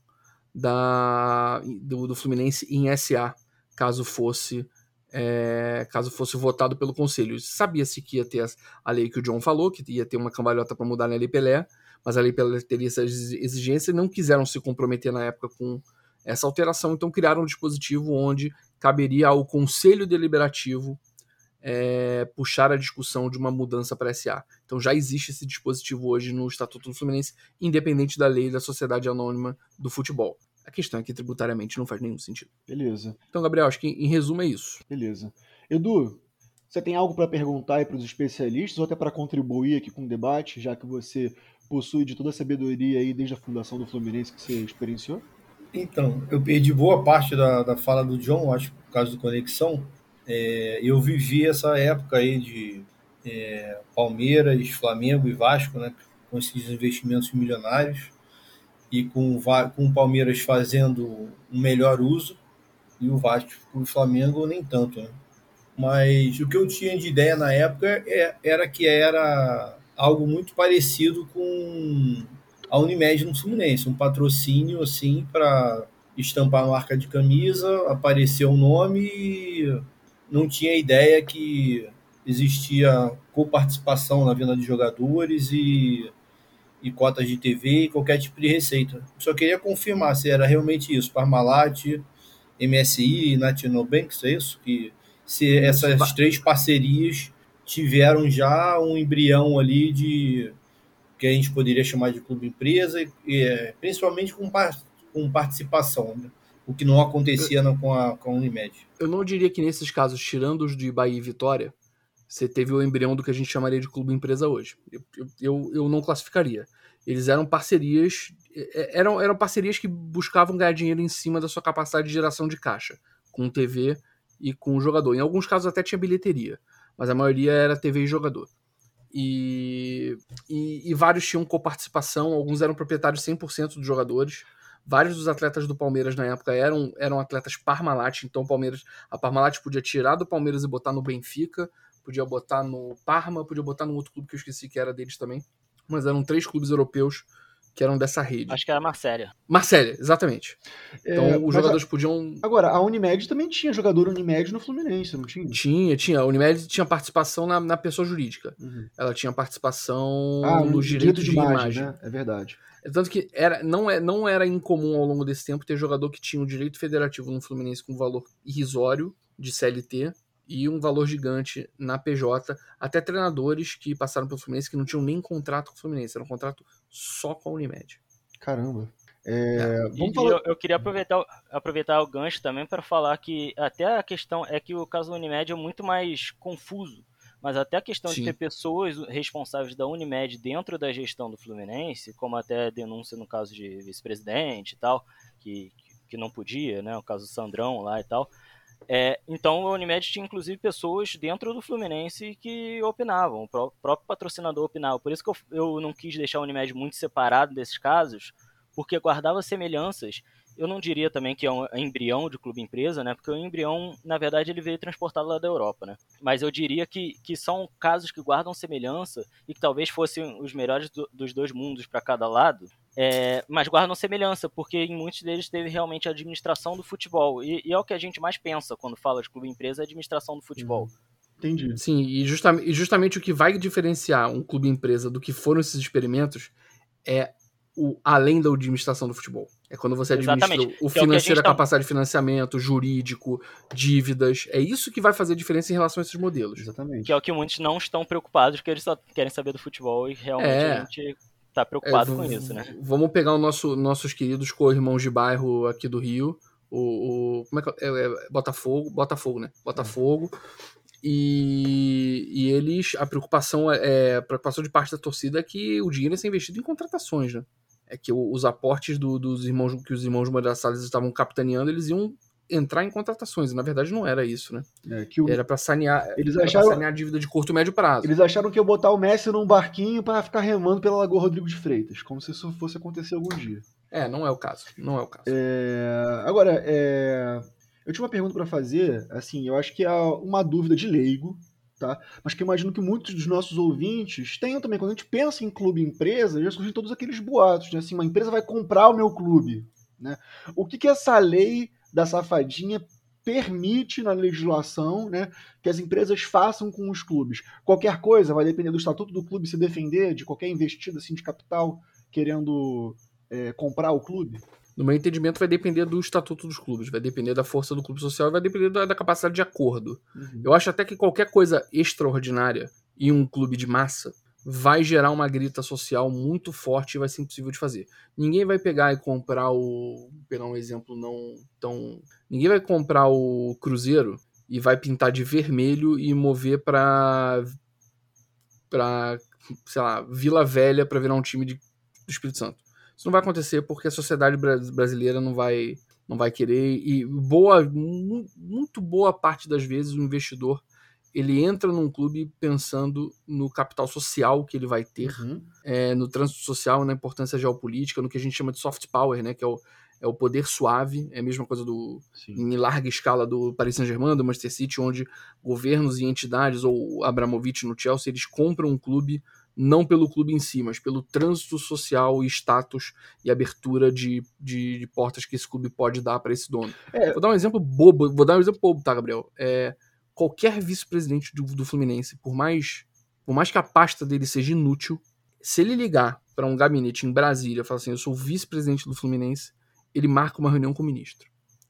[SPEAKER 4] do Fluminense em SA, caso fosse votado pelo Conselho. Sabia-se que ia ter a lei que o John falou, que ia ter uma cambalhota para mudar na Lei Pelé, mas a Lei Pelé teria essa exigência e não quiseram se comprometer na época com essa alteração, então criaram um dispositivo onde caberia ao Conselho Deliberativo puxar a discussão de uma mudança para SA. Então já existe esse dispositivo hoje no Estatuto do Fluminense, independente da lei da Sociedade Anônima do Futebol. A questão é que tributariamente não faz nenhum sentido.
[SPEAKER 2] Beleza.
[SPEAKER 4] Então, Gabriel, acho que em resumo é isso.
[SPEAKER 2] Beleza. Edu, você tem algo para perguntar aí para os especialistas ou até para contribuir aqui com o debate, já que você possui de toda a sabedoria aí desde a fundação do Fluminense que você experienciou?
[SPEAKER 3] Então, eu perdi boa parte da fala do John, acho, por causa do Conexão. Eu vivi essa época aí de Palmeiras, Flamengo e Vasco, né, com esses investimentos milionários, e com o Palmeiras fazendo um melhor uso, e o Vasco e o Flamengo nem tanto, né? mas o que eu tinha de ideia na época era que era algo muito parecido com a Unimed no Fluminense, um patrocínio assim para estampar a marca de camisa, aparecer o nome e não tinha ideia que existia coparticipação na venda de jogadores e cotas de TV e qualquer tipo de receita. Só queria confirmar se era realmente isso, Parmalat, MSI e National Banks, é isso? Que se essas três parcerias tiveram já um embrião ali de que a gente poderia chamar de clube empresa, principalmente com participação, né? O que não acontecia com a Unimed.
[SPEAKER 4] Eu não diria que nesses casos, tirando os de Bahia e Vitória, você teve o embrião do que a gente chamaria de clube empresa hoje. Eu não classificaria. Eles eram parcerias, eram parcerias que buscavam ganhar dinheiro em cima da sua capacidade de geração de caixa, com TV e com o jogador. Em alguns casos até tinha bilheteria, mas a maioria era TV e jogador. E vários tinham coparticipação, alguns eram proprietários 100% dos jogadores. Vários dos atletas do Palmeiras na época eram atletas Parmalat, então a Parmalat podia tirar do Palmeiras e botar no Benfica, podia botar no Parma, podia botar no outro clube que eu esqueci que era deles também. Mas eram 3 clubes europeus que eram dessa rede.
[SPEAKER 5] Acho que era Marselha.
[SPEAKER 4] Marselha, exatamente. Então os jogadores podiam...
[SPEAKER 2] Agora, a Unimed também tinha jogador Unimed no Fluminense, não tinha?
[SPEAKER 4] Tinha. A Unimed tinha participação na pessoa jurídica. Uhum. Ela tinha participação nos direitos de imagem.
[SPEAKER 2] Né? É verdade.
[SPEAKER 4] Tanto que não era incomum ao longo desse tempo ter jogador que tinha um direito federativo no Fluminense com um valor irrisório de CLT e um valor gigante na PJ, até treinadores que passaram pelo Fluminense que não tinham nem contrato com o Fluminense, era um contrato só com a Unimed.
[SPEAKER 2] Caramba.
[SPEAKER 5] Eu queria aproveitar o gancho também para falar que até a questão é que o caso da Unimed é muito mais confuso, mas até a questão de ter pessoas responsáveis da Unimed dentro da gestão do Fluminense, como até denúncia no caso de vice-presidente e tal, que não podia, né, o caso do Sandrão lá e tal. Então a Unimed tinha inclusive pessoas dentro do Fluminense que opinavam, o próprio patrocinador opinava. Por isso que eu não quis deixar a Unimed muito separado desses casos, porque guardava semelhanças. Eu não diria também que é um embrião de clube empresa, né? Porque o embrião, na verdade, ele veio transportado lá da Europa, né? Mas eu diria que são casos que guardam semelhança e que talvez fossem os melhores dos dois mundos para cada lado, mas guardam semelhança, porque em muitos deles teve realmente a administração do futebol. E é o que a gente mais pensa quando fala de clube empresa, é a administração do futebol.
[SPEAKER 2] Entendi.
[SPEAKER 4] Sim, e justamente o que vai diferenciar um clube empresa do que foram esses experimentos é além da administração do futebol. É quando você administra o financeiro, a capacidade de financiamento, jurídico, dívidas. É isso que vai fazer diferença em relação a esses modelos.
[SPEAKER 2] Exatamente.
[SPEAKER 5] Que é o que muitos não estão preocupados, porque eles só querem saber do futebol e realmente a gente está preocupado com isso, né?
[SPEAKER 4] Vamos pegar nossos queridos co-irmãos de bairro aqui do Rio, como é que é? Botafogo, né? Botafogo. E eles, a preocupação de parte da torcida é que o dinheiro ia ser investido em contratações, né? É que os aportes dos irmãos, que os irmãos Moreira Salles estavam capitaneando, eles iam entrar em contratações. E, na verdade, não era isso, né? Era para sanear a dívida de curto e médio prazo.
[SPEAKER 2] Eles acharam que eu botar o Messi num barquinho para ficar remando pela Lagoa Rodrigo de Freitas, como se isso fosse acontecer algum dia.
[SPEAKER 4] Não é o caso. Não é o caso.
[SPEAKER 2] Agora, eu tinha uma pergunta para fazer, assim, eu acho que é uma dúvida de leigo, tá? Mas que eu imagino que muitos dos nossos ouvintes tenham também. Quando a gente pensa em clube empresa, já surgem todos aqueles boatos, né? Assim, uma empresa vai comprar o meu clube, né? O que essa lei da safadinha permite na legislação, né, que as empresas façam com os clubes? Qualquer coisa vai depender do estatuto do clube se defender de qualquer investida assim, de capital querendo comprar o clube?
[SPEAKER 4] No meu entendimento, vai depender do estatuto dos clubes, vai depender da força do clube social e vai depender da capacidade de acordo. Uhum. Eu acho até que qualquer coisa extraordinária em um clube de massa vai gerar uma grita social muito forte e vai ser impossível de fazer. Ninguém vai pegar e comprar pegar um exemplo não tão... Ninguém vai comprar o Cruzeiro e vai pintar de vermelho e mover pra sei lá, Vila Velha para virar um time do Espírito Santo. Isso não vai acontecer porque a sociedade brasileira não vai querer, e muito boa parte das vezes o investidor ele entra num clube pensando no capital social que ele vai ter, no trânsito social, na importância geopolítica, no que a gente chama de soft power, né, que é o poder suave, é a mesma coisa em larga escala do Paris Saint-Germain, do Manchester City, onde governos e entidades, ou Abramovich no Chelsea, eles compram um clube não pelo clube em si, mas pelo trânsito social e status e abertura de portas que esse clube pode dar para esse dono. Vou dar um exemplo bobo, tá, Gabriel? Qualquer vice-presidente do Fluminense, por mais que a pasta dele seja inútil, se ele ligar para um gabinete em Brasília e falar assim, eu sou vice-presidente do Fluminense, ele marca uma reunião com o ministro.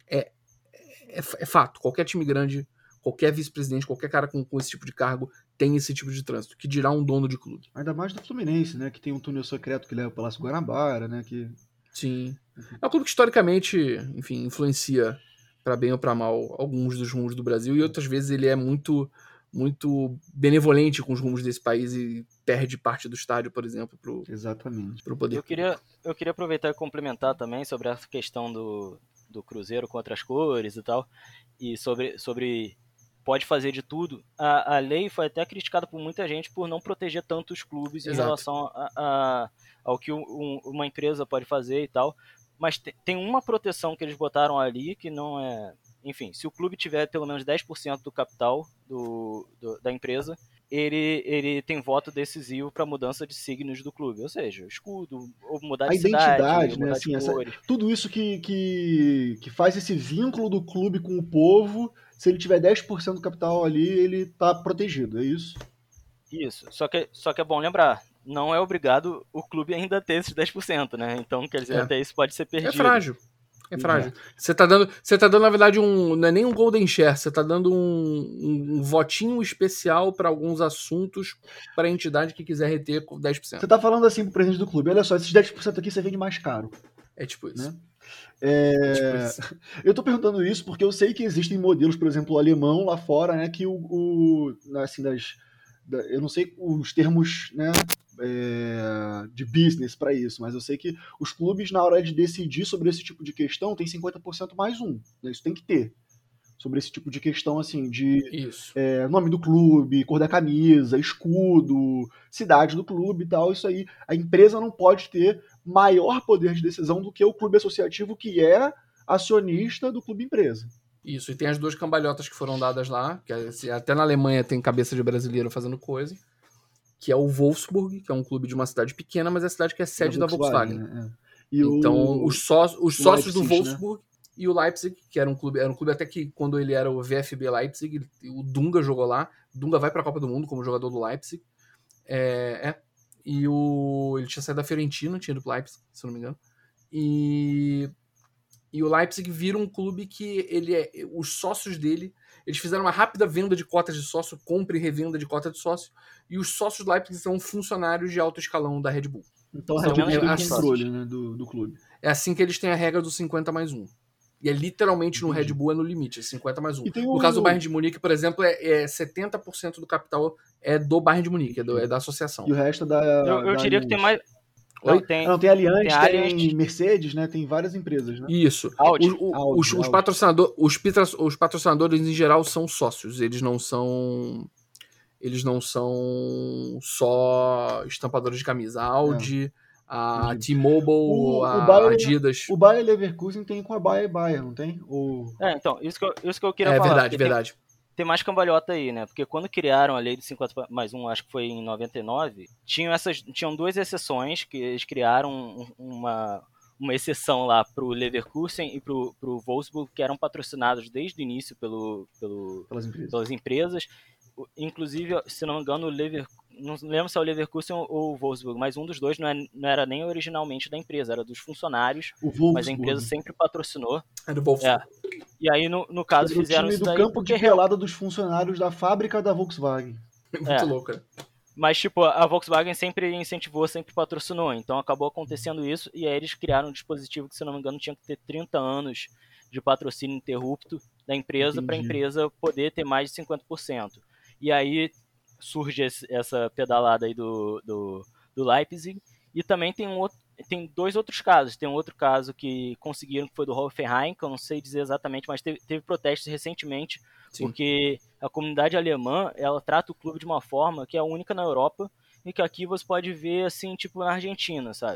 [SPEAKER 4] É fato. Qualquer time grande, qualquer vice-presidente, qualquer cara com esse tipo de cargo tem esse tipo de trânsito, que dirá um dono de clube.
[SPEAKER 2] Ainda mais do Fluminense, né? Que tem um túnel secreto que leva ao Palácio Guanabara, né?
[SPEAKER 4] Sim. É um clube que historicamente, enfim, influencia para bem ou para mal alguns dos rumos do Brasil, e outras vezes ele é muito benevolente com os rumos desse país e perde parte do estádio, por exemplo,
[SPEAKER 2] Exatamente.
[SPEAKER 4] Pro poder.
[SPEAKER 5] Eu queria aproveitar e complementar também sobre essa questão do Cruzeiro com outras cores e tal, e sobre pode fazer de tudo. A lei foi até criticada por muita gente por não proteger tanto os clubes em relação ao que uma empresa pode fazer e tal, mas tem uma proteção que eles botaram ali que não é... Enfim, se o clube tiver pelo menos 10% do capital da empresa, ele tem voto decisivo para mudança de signos do clube, ou seja, escudo, ou mudar de cidade,
[SPEAKER 2] né?
[SPEAKER 5] mudar
[SPEAKER 2] Assim,
[SPEAKER 5] de cores.
[SPEAKER 2] Tudo isso que faz esse vínculo do clube com o povo, se ele tiver 10% do capital ali, ele tá protegido, é isso?
[SPEAKER 5] Isso, só que é bom lembrar, não é obrigado o clube ainda ter esses 10%, né? Então, quer dizer, até isso pode ser perdido.
[SPEAKER 4] É frágil. Você tá dando, na verdade, não é nem um golden share, você tá dando um votinho especial para alguns assuntos para a entidade que quiser reter com 10%.
[SPEAKER 2] Você tá falando assim pro presidente do clube, olha só, esses 10% aqui você vende mais caro.
[SPEAKER 4] É tipo isso.
[SPEAKER 2] Né? Eu tô perguntando isso porque eu sei que existem modelos, por exemplo, o alemão lá fora, né, que assim, eu não sei os termos, né, de business para isso, mas eu sei que os clubes, na hora de decidir sobre esse tipo de questão, tem 50% mais um. Né? Isso tem que ter. Sobre esse tipo de questão, assim, de nome do clube, cor da camisa, escudo, cidade do clube e tal. Isso aí, a empresa não pode ter maior poder de decisão do que o clube associativo, que é acionista do clube empresa.
[SPEAKER 4] Isso, e tem as duas cambalhotas que foram dadas lá, que até na Alemanha tem cabeça de brasileiro fazendo coisa, que é o Wolfsburg, que é um clube de uma cidade pequena, mas é a cidade que é sede da Volkswagen.
[SPEAKER 2] Né?
[SPEAKER 4] Então, os sócios
[SPEAKER 2] Leipzig,
[SPEAKER 4] do Wolfsburg, né? E o Leipzig, que era um clube até que quando ele era o VfB Leipzig, o Dunga jogou lá. Dunga vai para a Copa do Mundo como jogador do Leipzig. E ele tinha saído da Fiorentina, tinha ido pro Leipzig, se não me engano. E o Leipzig vira um clube que os sócios dele, eles fizeram uma rápida venda de cotas de sócio, compra e revenda de cota de sócio, e os sócios do Leipzig são funcionários de alto escalão da Red Bull.
[SPEAKER 2] Então a Red Bull tem o controle, né, do clube. É
[SPEAKER 4] assim que eles têm a regra do 50+1. E é literalmente no Red Bull, é no limite, é 50+1. No caso do Bayern de Munique, por exemplo, 70% do capital é do Bayern de Munique, é da associação.
[SPEAKER 2] E o resto
[SPEAKER 5] eu diria que tem mais...
[SPEAKER 2] Tem Allianz, tem Mercedes, né? Tem várias empresas, né?
[SPEAKER 4] Isso. Os patrocinadores em geral são sócios, eles não são só estampadores de camisa. A Audi, a T-Mobile, a Adidas.
[SPEAKER 2] O Bayer Leverkusen tem com a Bayer, não tem?
[SPEAKER 5] Então, isso que eu queria falar.
[SPEAKER 4] Verdade.
[SPEAKER 5] Tem mais cambalhota aí, né? Porque quando criaram a lei de 50+1, acho que foi em 99, tinham duas exceções, que eles criaram uma exceção lá pro Leverkusen e pro Wolfsburg, que eram patrocinados desde o início pelas empresas. Inclusive, se não me engano, não lembro se é o Leverkusen ou o Wolfsburg, mas um dos dois não era nem originalmente da empresa, era dos funcionários, mas a empresa sempre patrocinou.
[SPEAKER 4] É do Wolfsburg.
[SPEAKER 5] E aí, no caso, fizeram isso daí...
[SPEAKER 2] do campo de pelada dos funcionários da fábrica da Volkswagen.
[SPEAKER 4] Muito louco, né?
[SPEAKER 5] Mas, tipo, a Volkswagen sempre incentivou, sempre patrocinou. Então, acabou acontecendo isso. E aí, eles criaram um dispositivo que, se não me engano, tinha que ter 30 anos de patrocínio interrupto da empresa para a empresa poder ter mais de 50%. E aí, surge essa pedalada aí do Leipzig. E também tem dois outros casos. Tem um outro caso que conseguiram, que foi do Hoffenheim, que eu não sei dizer exatamente, mas teve protestos recentemente. Sim. Porque a comunidade alemã, ela trata o clube de uma forma que é única na Europa e que aqui você pode ver, assim, tipo na Argentina, sabe?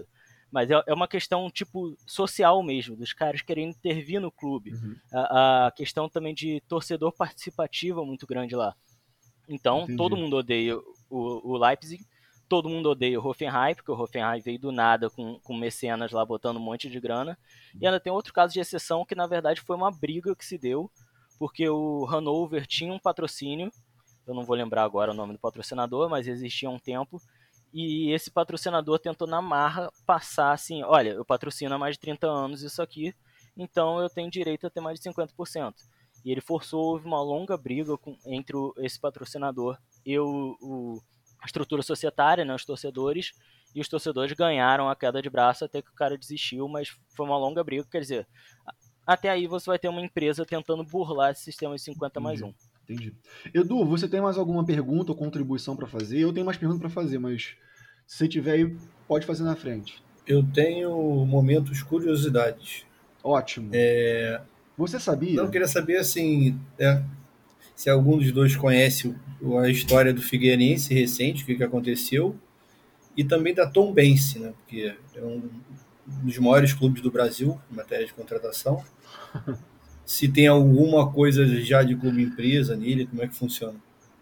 [SPEAKER 5] Mas é uma questão, tipo, social mesmo, dos caras querendo intervir no clube. A questão também de torcedor participativo é muito grande lá. Então,
[SPEAKER 2] Entendi.
[SPEAKER 5] todo mundo odeia o Leipzig, todo mundo odeia o Hoffenheim, porque o Hoffenheim veio do nada com mecenas lá botando um monte de grana. E ainda tem outro caso de exceção que, na verdade, foi uma briga que se deu, porque o Hannover tinha um patrocínio, eu não vou lembrar agora o nome do patrocinador, mas existia há um tempo, e esse patrocinador tentou na marra passar assim, olha, eu patrocino há mais de 30 anos isso aqui, então eu tenho direito a ter mais de 50%. E ele forçou, houve uma longa briga entre esse patrocinador e a estrutura societária, né, os torcedores, e os torcedores ganharam a queda de braço até que o cara desistiu, mas foi uma longa briga, quer dizer, até aí você vai ter uma empresa tentando burlar esse sistema de 50+1.
[SPEAKER 2] Entendi. Edu, você tem mais alguma pergunta ou contribuição para fazer? Eu tenho mais perguntas para fazer, mas se você tiver aí, pode fazer na frente.
[SPEAKER 3] Eu tenho momentos curiosidades.
[SPEAKER 2] Ótimo. Você sabia?
[SPEAKER 3] Eu queria saber assim, se algum dos dois conhece a história do Figueirense recente, o que aconteceu, e também da Tombense, né? Porque é um dos maiores clubes do Brasil em matéria de contratação. Se tem alguma coisa já de clube empresa nele, como é que funciona?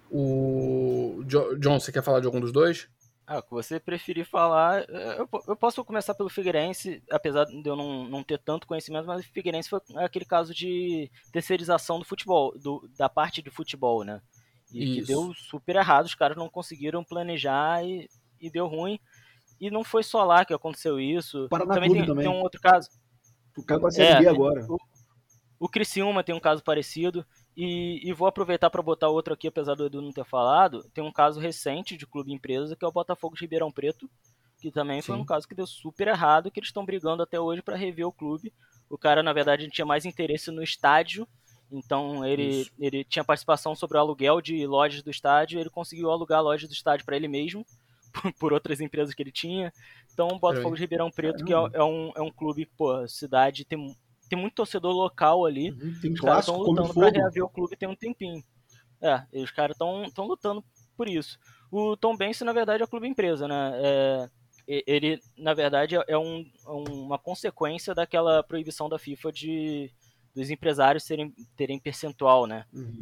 [SPEAKER 4] O John, você quer falar de algum dos dois?
[SPEAKER 5] O que você preferir falar, eu posso começar pelo Figueirense, apesar de eu não ter tanto conhecimento, mas o Figueirense foi aquele caso de terceirização do futebol, da parte de futebol, né? E que deu super errado, os caras não conseguiram planejar e deu ruim. E não foi só lá que aconteceu isso. Também tem um outro caso.
[SPEAKER 2] O cara vai ser B agora.
[SPEAKER 5] O Criciúma tem um caso parecido. E vou aproveitar para botar outro aqui, apesar do Edu não ter falado. Tem um caso recente de clube empresa, que é o Botafogo de Ribeirão Preto, que também foi um caso que deu super errado, que eles estão brigando até hoje para rever o clube. O cara, na verdade, tinha mais interesse no estádio, então ele tinha participação sobre o aluguel de lojas do estádio, ele conseguiu alugar a loja do estádio para ele mesmo, por outras empresas que ele tinha. Então o Botafogo de Ribeirão Preto, que é um clube, pô, cidade tem muito torcedor local ali.
[SPEAKER 2] Os caras estão
[SPEAKER 5] lutando para reaver o clube tem um tempinho. E os caras estão lutando por isso. O Tombense, na verdade, é o clube empresa, né? Ele, na verdade, é uma consequência daquela proibição da FIFA dos empresários terem percentual, né?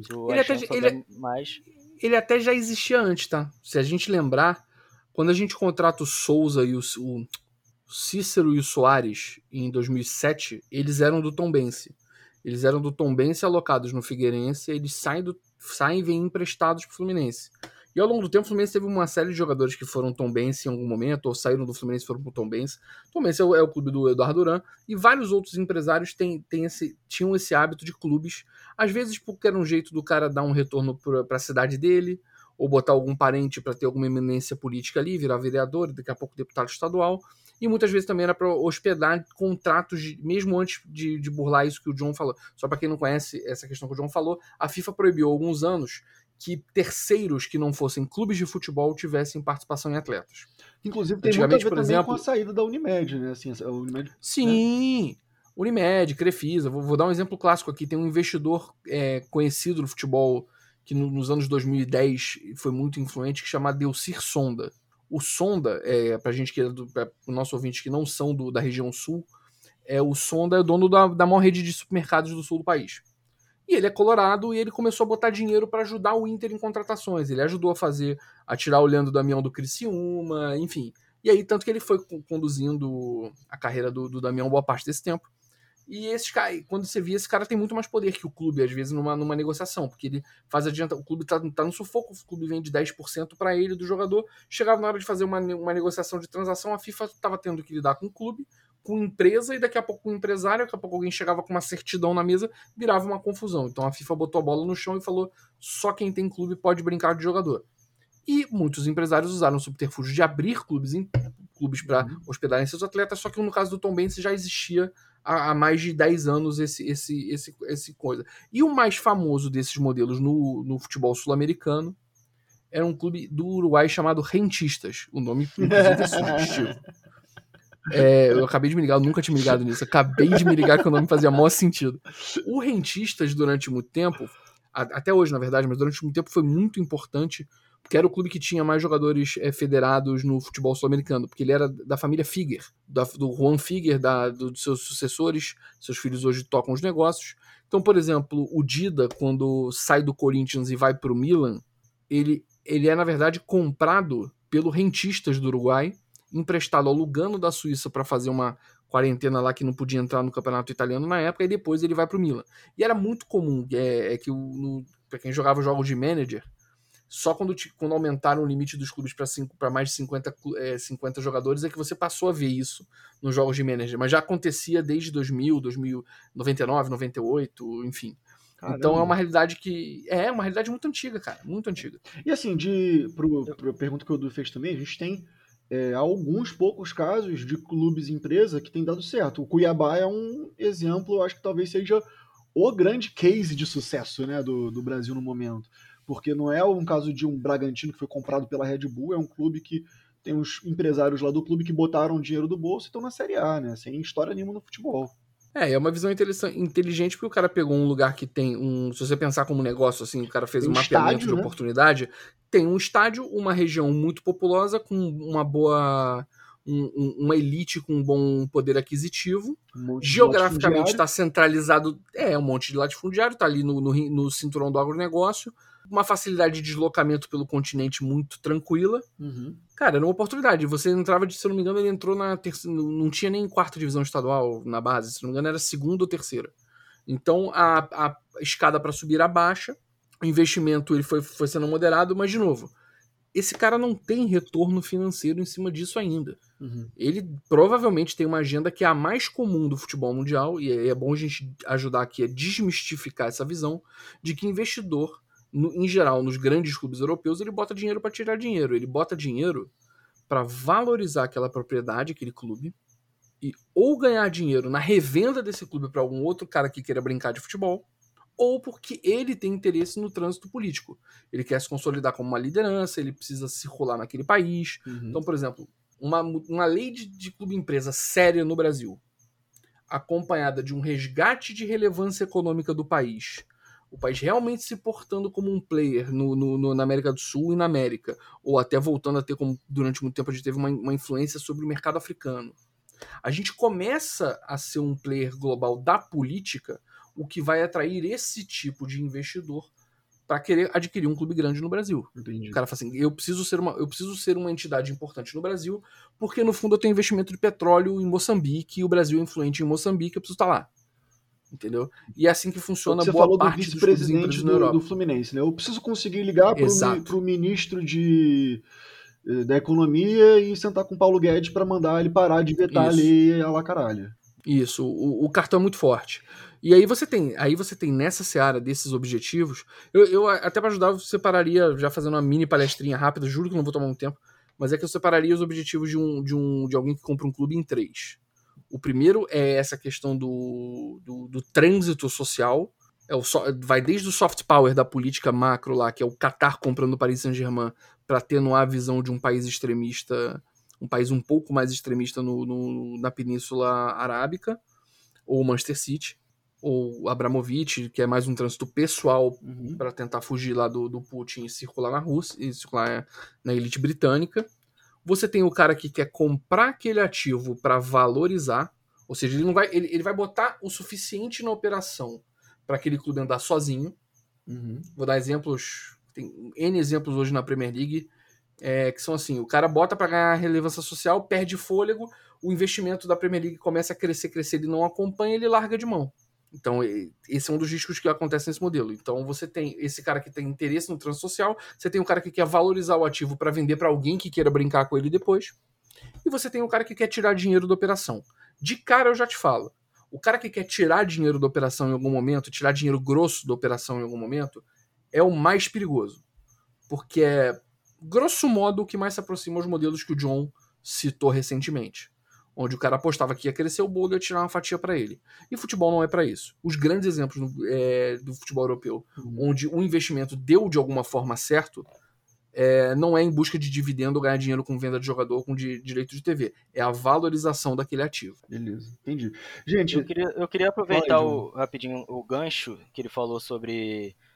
[SPEAKER 4] Ele até já existia antes, tá? Se a gente lembrar, quando a gente contrata o Souza e o Cícero e o Soares em 2007, eles eram do Tombense. Eles eram do Tombense alocados no Figueirense, eles saem e vêm emprestados pro Fluminense. E ao longo do tempo o Fluminense teve uma série de jogadores que foram Tombense em algum momento, ou saíram do Fluminense e foram pro Tombense. Tombense é o clube do Eduardo Duran, e vários outros empresários tinham esse hábito de clubes, às vezes porque era um jeito do cara dar um retorno para a cidade dele, ou botar algum parente para ter alguma eminência política ali, virar vereador, daqui a pouco deputado estadual. E muitas vezes também era para hospedar contratos, mesmo antes de burlar isso que o John falou. Só para quem não conhece essa questão que o John falou, a FIFA proibiu há alguns anos que terceiros que não fossem clubes de futebol tivessem participação em atletas.
[SPEAKER 2] Inclusive tem muito a ver também com a saída da Unimed, né? Assim, a Unimed,
[SPEAKER 4] sim, né? Unimed, Crefisa. Vou dar um exemplo clássico aqui. Tem um investidor conhecido no futebol que nos anos 2010 foi muito influente, que chama Delcir Sonda. O Sonda, pra gente para o nosso ouvinte que não são da região sul, o Sonda é dono da maior rede de supermercados do sul do país. E ele é colorado e ele começou a botar dinheiro para ajudar o Inter em contratações. Ele ajudou a tirar o Leandro Damião do Criciúma, enfim. E aí, tanto que ele foi conduzindo a carreira do Damião boa parte desse tempo. E esse cara, quando você via, esse cara tem muito mais poder que o clube, às vezes, numa negociação, porque ele faz adianta, o clube tá no sufoco, o clube vende 10% para ele do jogador, chegava na hora de fazer uma negociação de transação, a FIFA estava tendo que lidar com o clube, com empresa, e daqui a pouco com o empresário, daqui a pouco alguém chegava com uma certidão na mesa, virava uma confusão. Então a FIFA botou a bola no chão e falou, só quem tem clube pode brincar de jogador. E muitos empresários usaram o subterfúgio de abrir clubes para hospedarem seus atletas, só que no caso do Tombense já existia há mais de 10 anos esse coisa. E o mais famoso desses modelos no futebol sul-americano era um clube do Uruguai chamado Rentistas. O nome, inclusive, é sugestivo. Eu acabei de me ligar, eu nunca tinha me ligado nisso. Acabei de me ligar que o nome fazia maior sentido. O Rentistas, durante muito tempo, até hoje, na verdade, mas durante muito tempo foi muito importante, que era o clube que tinha mais jogadores federados no futebol sul-americano, porque ele era da família Figuer, do Juan Figuer, dos seus sucessores, seus filhos hoje tocam os negócios. Então, por exemplo, o Dida, quando sai do Corinthians e vai para o Milan, ele é, na verdade, comprado pelo Rentistas do Uruguai, emprestado ao Lugano da Suíça para fazer uma quarentena lá que não podia entrar no campeonato italiano na época, e depois ele vai para o Milan. E era muito comum, que para quem jogava jogos de manager, só quando aumentaram o limite dos clubes para mais de 50 jogadores é que você passou a ver isso nos jogos de manager. Mas já acontecia desde 2000, 99, 98, enfim. Caramba. Então é uma realidade uma realidade muito antiga, cara. Muito antiga.
[SPEAKER 2] E assim, pra pergunta que o Edu fez também, a gente tem alguns poucos casos de clubes e empresa que tem dado certo. O Cuiabá é um exemplo, eu acho que talvez seja o grande case de sucesso, né, do Brasil no momento. Porque não é um caso de um Bragantino que foi comprado pela Red Bull, é um clube que tem uns empresários lá do clube que botaram dinheiro do bolso e estão na Série A, né? Sem história nenhuma no futebol.
[SPEAKER 4] É uma visão inteligente, porque o cara pegou um lugar que tem se você pensar como um negócio, assim, o cara fez um mapeamento estádio, de oportunidade, tem um estádio, uma região muito populosa, com uma boa... uma elite com um bom poder aquisitivo, geograficamente está centralizado, um monte de latifundiário, está ali no cinturão do agronegócio, uma facilidade de deslocamento pelo continente muito tranquila.
[SPEAKER 2] Uhum.
[SPEAKER 4] Cara, era uma oportunidade. Você entrava, se eu não me engano, ele entrou na terceira, não tinha nem quarta divisão estadual na base, se não me engano era segunda ou terceira. Então a escada para subir era baixa, o investimento ele foi sendo moderado, mas de novo, esse cara não tem retorno financeiro em cima disso ainda.
[SPEAKER 2] Uhum.
[SPEAKER 4] Ele provavelmente tem uma agenda que é a mais comum do futebol mundial, e é bom a gente ajudar aqui a desmistificar essa visão de que investidor, em geral, nos grandes clubes europeus, ele bota dinheiro para tirar dinheiro. Ele bota dinheiro para valorizar aquela propriedade, aquele clube, e ou ganhar dinheiro na revenda desse clube para algum outro cara que queira brincar de futebol, ou porque ele tem interesse no trânsito político. Ele quer se consolidar como uma liderança, ele precisa circular naquele país.
[SPEAKER 2] Uhum.
[SPEAKER 4] Então, por exemplo, uma lei de clube-empresa séria no Brasil, acompanhada de um resgate de relevância econômica do país, o país realmente se portando como um player na América do Sul e na América, ou até voltando a ter, como durante muito tempo a gente teve uma influência sobre o mercado africano. A gente começa a ser um player global da política, o que vai atrair esse tipo de investidor para querer adquirir um clube grande no Brasil.
[SPEAKER 2] Entendi.
[SPEAKER 4] O cara fala assim, eu preciso ser uma entidade importante no Brasil, porque no fundo eu tenho investimento de petróleo em Moçambique, e o Brasil é influente em Moçambique, eu preciso estar lá. Entendeu? E é assim que funciona
[SPEAKER 2] você
[SPEAKER 4] boa
[SPEAKER 2] falou
[SPEAKER 4] parte
[SPEAKER 2] do vice-presidente do Fluminense, né? Eu preciso conseguir ligar pro ministro da Economia e sentar com o Paulo Guedes para mandar ele parar de vetar a lei a la caralho.
[SPEAKER 4] Isso, o cartão é muito forte. E aí você tem nessa seara desses objetivos, eu até para ajudar eu separaria, já fazendo uma mini palestrinha rápida, juro que não vou tomar muito tempo, mas é que eu separaria os objetivos de alguém que compra um clube em 3. O primeiro é essa questão do trânsito social, vai desde o soft power da política macro lá, que é o Qatar comprando o Paris Saint-Germain para atenuar a visão de um país extremista, um país um pouco mais extremista na Península Arábica, ou Manchester City, ou Abramovich, que é mais um trânsito pessoal para tentar fugir lá do Putin e circular na Rússia, e circular na elite britânica. Você tem o cara que quer comprar aquele ativo para valorizar, ou seja, ele vai botar o suficiente na operação para aquele clube andar sozinho. Vou dar exemplos, tem N exemplos hoje na Premier League, que são assim, o cara bota para ganhar relevância social, perde fôlego, o investimento da Premier League começa a crescer, ele não acompanha, ele larga de mão. Então, esse é um dos riscos que acontece nesse modelo. Então, você tem esse cara que tem interesse no trânsito social, você tem o cara que quer valorizar o ativo para vender para alguém que queira brincar com ele depois, e você tem o cara que quer tirar dinheiro da operação. De cara, eu já te falo, o cara que quer tirar dinheiro da operação em algum momento, tirar dinheiro grosso da operação em algum momento, é o mais perigoso. Porque é, grosso modo, o que mais se aproxima aos modelos que o John citou recentemente. Onde o cara apostava que ia crescer o bolo e ia tirar uma fatia para ele. E futebol não é para isso. Os grandes exemplos do futebol europeu, onde o investimento deu de alguma forma certo, não é em busca de dividendo ou ganhar dinheiro com venda de jogador com direito de TV. É a valorização daquele ativo.
[SPEAKER 2] Beleza, entendi. Gente,
[SPEAKER 5] eu queria aproveitar rapidinho o gancho que ele falou sobre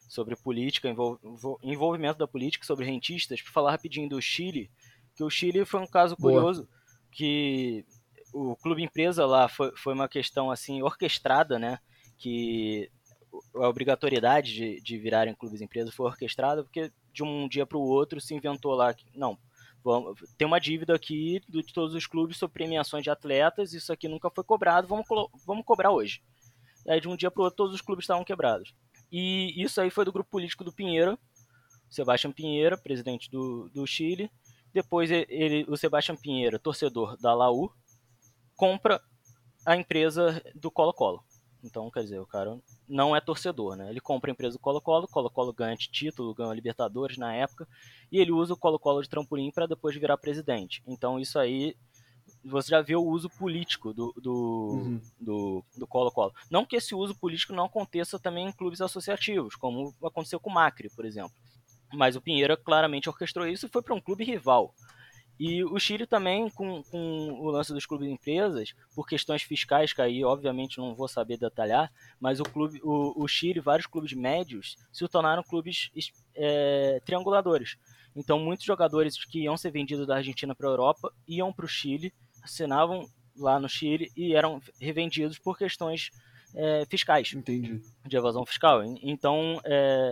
[SPEAKER 5] sobre política, envolvimento da política, sobre rentistas, para falar rapidinho do Chile, que o Chile foi um caso curioso, que o clube empresa lá foi uma questão assim orquestrada, né, que a obrigatoriedade de virarem clubes empresas foi orquestrada, porque de um dia para o outro se inventou lá que, não, tem uma dívida aqui de todos os clubes sobre premiações de atletas, isso aqui nunca foi cobrado, vamos cobrar hoje. E aí de um dia para o outro todos os clubes estavam quebrados. E isso aí foi do grupo político do Pinheira, Sebastián Pinheira, presidente do Chile. Depois o Sebastián Pinheira, torcedor da Laú, compra a empresa do Colo-Colo. Então, quer dizer, o cara não é torcedor, né? Ele compra a empresa do Colo-Colo, Colo-Colo ganha título, ganha Libertadores na época, e ele usa o Colo-Colo de trampolim para depois virar presidente. Então, isso aí, você já vê o uso político do Colo-Colo. Não que esse uso político não aconteça também em clubes associativos, como aconteceu com o Macri, por exemplo. Mas o Pinheira claramente orquestrou isso e foi para um clube rival. E o Chile também, com o lance dos clubes de empresas, por questões fiscais, que aí obviamente não vou saber detalhar, mas o Chile, vários clubes médios, se tornaram clubes trianguladores. Então muitos jogadores que iam ser vendidos da Argentina para a Europa iam para o Chile, assinavam lá no Chile e eram revendidos por questões fiscais.
[SPEAKER 2] Entendi.
[SPEAKER 5] De evasão fiscal. Então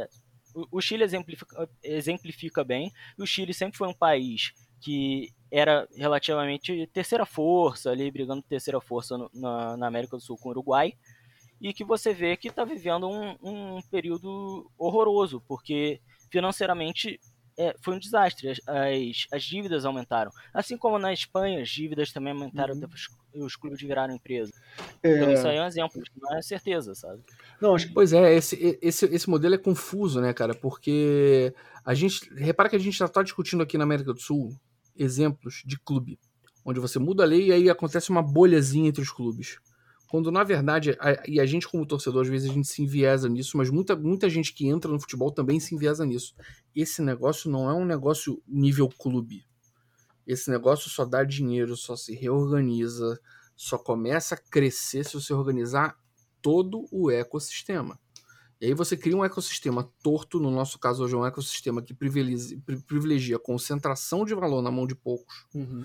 [SPEAKER 5] o Chile exemplifica bem, e o Chile sempre foi um país que era relativamente terceira força, ali brigando por terceira força na América do Sul com o Uruguai, e que você vê que está vivendo um período horroroso, porque financeiramente foi um desastre, as dívidas aumentaram. Assim como na Espanha, as dívidas também aumentaram, os clubes viraram empresa. Então isso aí é um exemplo, não é certeza, sabe?
[SPEAKER 2] Não, acho que...
[SPEAKER 4] Pois é, esse modelo é confuso, né, cara? Porque repara que a gente já está discutindo aqui na América do Sul exemplos de clube, onde você muda a lei e aí acontece uma bolhazinha entre os clubes. Quando, na verdade, a gente como torcedor, às vezes a gente se enviesa nisso, mas muita gente que entra no futebol também se enviesa nisso. Esse negócio não é um negócio nível clube. Esse negócio só dá dinheiro, só se reorganiza, só começa a crescer se você organizar todo o ecossistema. E aí você cria um ecossistema torto, no nosso caso hoje é um ecossistema que privilegia a concentração de valor na mão de poucos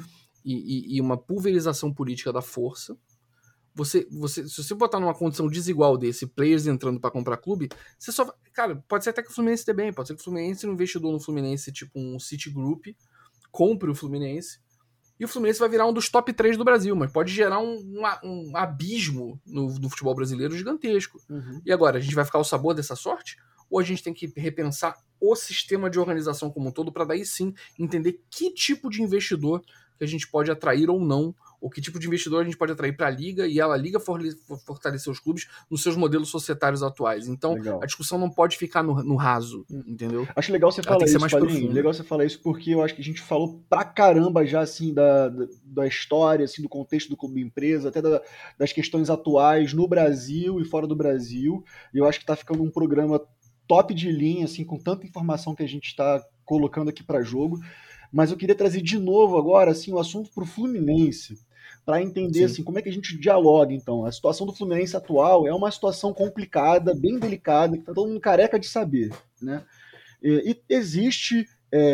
[SPEAKER 4] e uma pulverização política da força. Se você botar numa condição desigual desse, players entrando para comprar clube, você só... Cara, pode ser até que o Fluminense dê bem, pode ser que o Fluminense, um investidor no Fluminense, tipo um Citigroup, compre o Fluminense, e o Fluminense vai virar um dos top 3 do Brasil, mas pode gerar um abismo no futebol brasileiro gigantesco. E agora, a gente vai ficar ao sabor dessa sorte? Ou a gente tem que repensar o sistema de organização como um todo para daí sim entender que tipo de investidor que a gente pode atrair ou não, ou que tipo de investidor a gente pode atrair para a Liga, e a Liga fortalecer os clubes nos seus modelos societários atuais. Então,
[SPEAKER 2] Legal.
[SPEAKER 4] A discussão não pode ficar no raso, entendeu?
[SPEAKER 2] Acho legal você falar isso, Padrinho. Legal você falar isso porque eu acho que a gente falou pra caramba já, assim, da história, assim, do contexto do clube empresa, até das questões atuais no Brasil e fora do Brasil. E eu acho que tá ficando um programa top de linha, assim, com tanta informação que a gente está colocando aqui para jogo. Mas eu queria trazer de novo agora, assim, o assunto pro Fluminense, para entender assim, como é que a gente dialoga, então. A situação do Fluminense atual é uma situação complicada, bem delicada, que está todo mundo careca de saber, né? E existe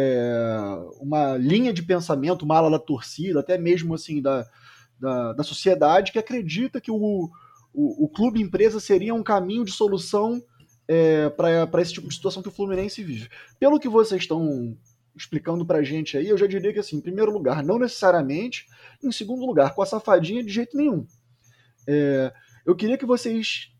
[SPEAKER 2] uma linha de pensamento, uma ala da torcida, até mesmo assim da sociedade, que acredita que o clube empresa seria um caminho de solução para esse tipo de situação que o Fluminense vive. Pelo que vocês estão explicando pra gente aí, eu já diria que assim, em primeiro lugar, não necessariamente, em segundo lugar, com a safadinha de jeito nenhum. Eu queria que vocês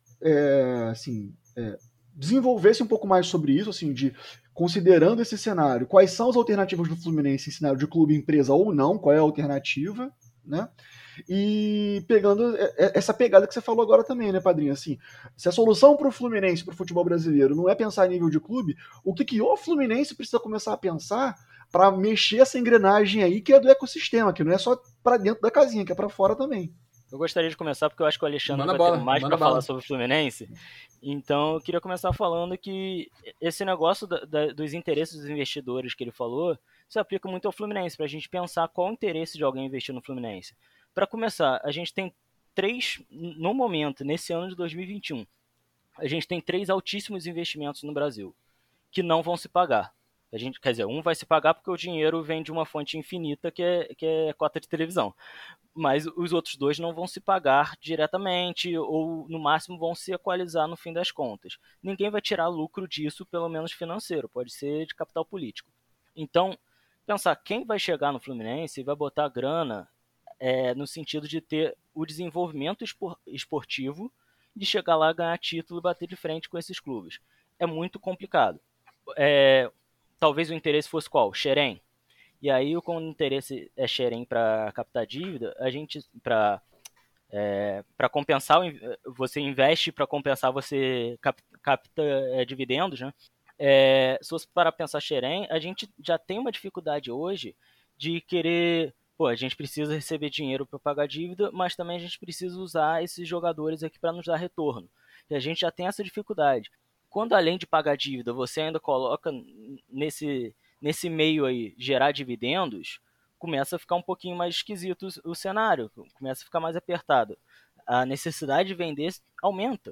[SPEAKER 2] desenvolvessem um pouco mais sobre isso, assim, de considerando esse cenário, quais são as alternativas do Fluminense em cenário de clube empresa ou não, qual é a alternativa, né? E pegando essa pegada que você falou agora também, né, Padrinho? Assim, se a solução para o Fluminense, para o futebol brasileiro, não é pensar em nível de clube, o que o Fluminense precisa começar a pensar para mexer essa engrenagem aí que é do ecossistema, que não é só para dentro da casinha, que é para fora também.
[SPEAKER 5] Eu gostaria de começar porque eu acho que o Alexandre vai ter mais para falar sobre o Fluminense. Então eu queria começar falando que esse negócio dos interesses dos investidores que ele falou se aplica muito ao Fluminense, para a gente pensar qual o interesse de alguém investir no Fluminense. Para começar, a gente tem 3, no momento, nesse ano de 2021, a gente tem 3 altíssimos investimentos no Brasil que não vão se pagar. Quer dizer, um vai se pagar porque o dinheiro vem de uma fonte infinita que é cota de televisão. Mas os outros 2 não vão se pagar diretamente ou, no máximo, vão se equalizar no fim das contas. Ninguém vai tirar lucro disso, pelo menos financeiro, pode ser de capital político. Então, pensar quem vai chegar no Fluminense e vai botar grana no sentido de ter o desenvolvimento esportivo, de chegar lá, ganhar título e bater de frente com esses clubes. É muito complicado. Talvez o interesse fosse qual? Xerém. E aí, quando o interesse é Xerém para captar dívida, a gente, para compensar, você investe para compensar, você capta dividendos, né? Se fosse para pensar Xerém, a gente já tem uma dificuldade hoje de querer... a gente precisa receber dinheiro para pagar dívida, mas também a gente precisa usar esses jogadores aqui para nos dar retorno. E a gente já tem essa dificuldade. Quando, além de pagar dívida, você ainda coloca nesse meio aí gerar dividendos, começa a ficar um pouquinho mais esquisito o cenário, começa a ficar mais apertado. A necessidade de vender aumenta.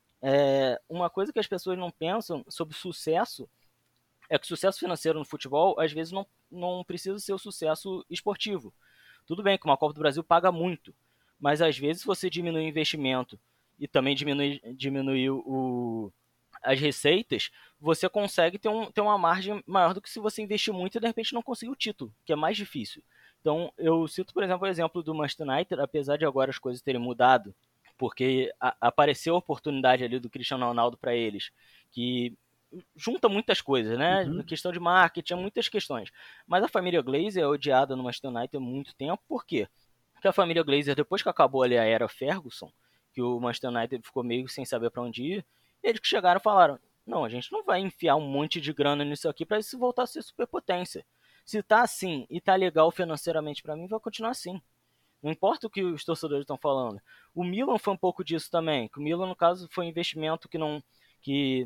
[SPEAKER 5] Uma coisa que as pessoas não pensam sobre sucesso é que o sucesso financeiro no futebol, às vezes, não precisa ser o sucesso esportivo. Tudo bem que uma Copa do Brasil paga muito, mas às vezes você diminui o investimento e também diminui as receitas, você consegue ter uma margem maior do que se você investir muito e de repente não conseguir o título, que é mais difícil. Então, eu cito, por exemplo, o exemplo do Manchester United, apesar de agora as coisas terem mudado, porque apareceu a oportunidade ali do Cristiano Ronaldo para eles, que junta muitas coisas, né?
[SPEAKER 2] Uhum.
[SPEAKER 5] Questão de marketing, muitas questões. Mas a família Glazer é odiada no Manchester United há muito tempo. Por quê? Porque a família Glazer, depois que acabou ali a era Ferguson, que o Manchester United ficou meio sem saber para onde ir, eles que chegaram e falaram, não, a gente não vai enfiar um monte de grana nisso aqui para isso voltar a ser superpotência. Se tá assim e tá legal financeiramente para mim, vai continuar assim. Não importa o que os torcedores estão falando. O Milan foi um pouco disso também. Que o Milan, no caso, foi um investimento que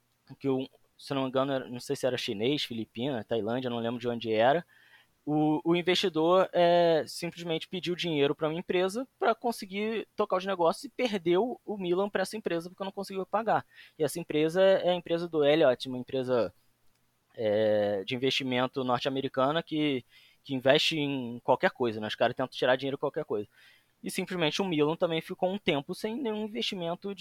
[SPEAKER 5] se não me engano, não sei se era chinês, Filipina, Tailândia, não lembro de onde era. O investidor simplesmente pediu dinheiro para uma empresa para conseguir tocar os negócios e perdeu o Milan para essa empresa porque não conseguiu pagar. E essa empresa é a empresa do Elliott, uma empresa de investimento norte-americana que investe em qualquer coisa, né? Os caras tentam tirar dinheiro de qualquer coisa. E simplesmente o Milan também ficou um tempo sem nenhum investimento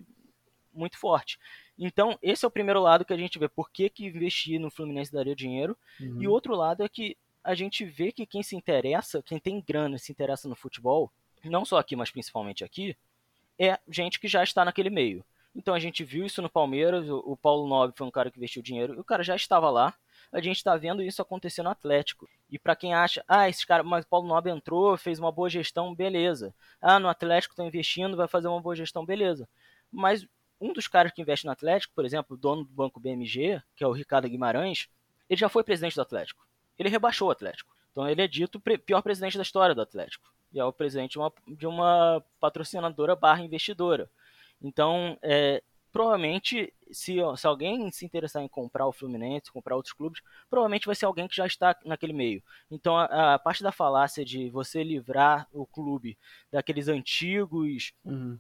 [SPEAKER 5] muito forte. Então, esse é o primeiro lado que a gente vê. Por que investir no Fluminense daria dinheiro?
[SPEAKER 2] Uhum.
[SPEAKER 5] E o outro lado é que a gente vê que quem se interessa, quem tem grana e se interessa no futebol, não só aqui, mas principalmente aqui, é gente que já está naquele meio. Então a gente viu isso no Palmeiras, o Paulo Nobre foi um cara que investiu dinheiro, e o cara já estava lá. A gente está vendo isso acontecer no Atlético. E para quem acha, esse cara, mas o Paulo Nobre entrou, fez uma boa gestão, beleza. No Atlético está investindo, vai fazer uma boa gestão, beleza. Mas um dos caras que investe no Atlético, por exemplo, o dono do Banco BMG, que é o Ricardo Guimarães, ele já foi presidente do Atlético. Ele rebaixou o Atlético. Então ele é dito o pior presidente da história do Atlético. E é o presidente de uma patrocinadora / investidora. Então, provavelmente, se alguém se interessar em comprar o Fluminense, comprar outros clubes, provavelmente vai ser alguém que já está naquele meio. Então, a parte da falácia de você livrar o clube daqueles antigos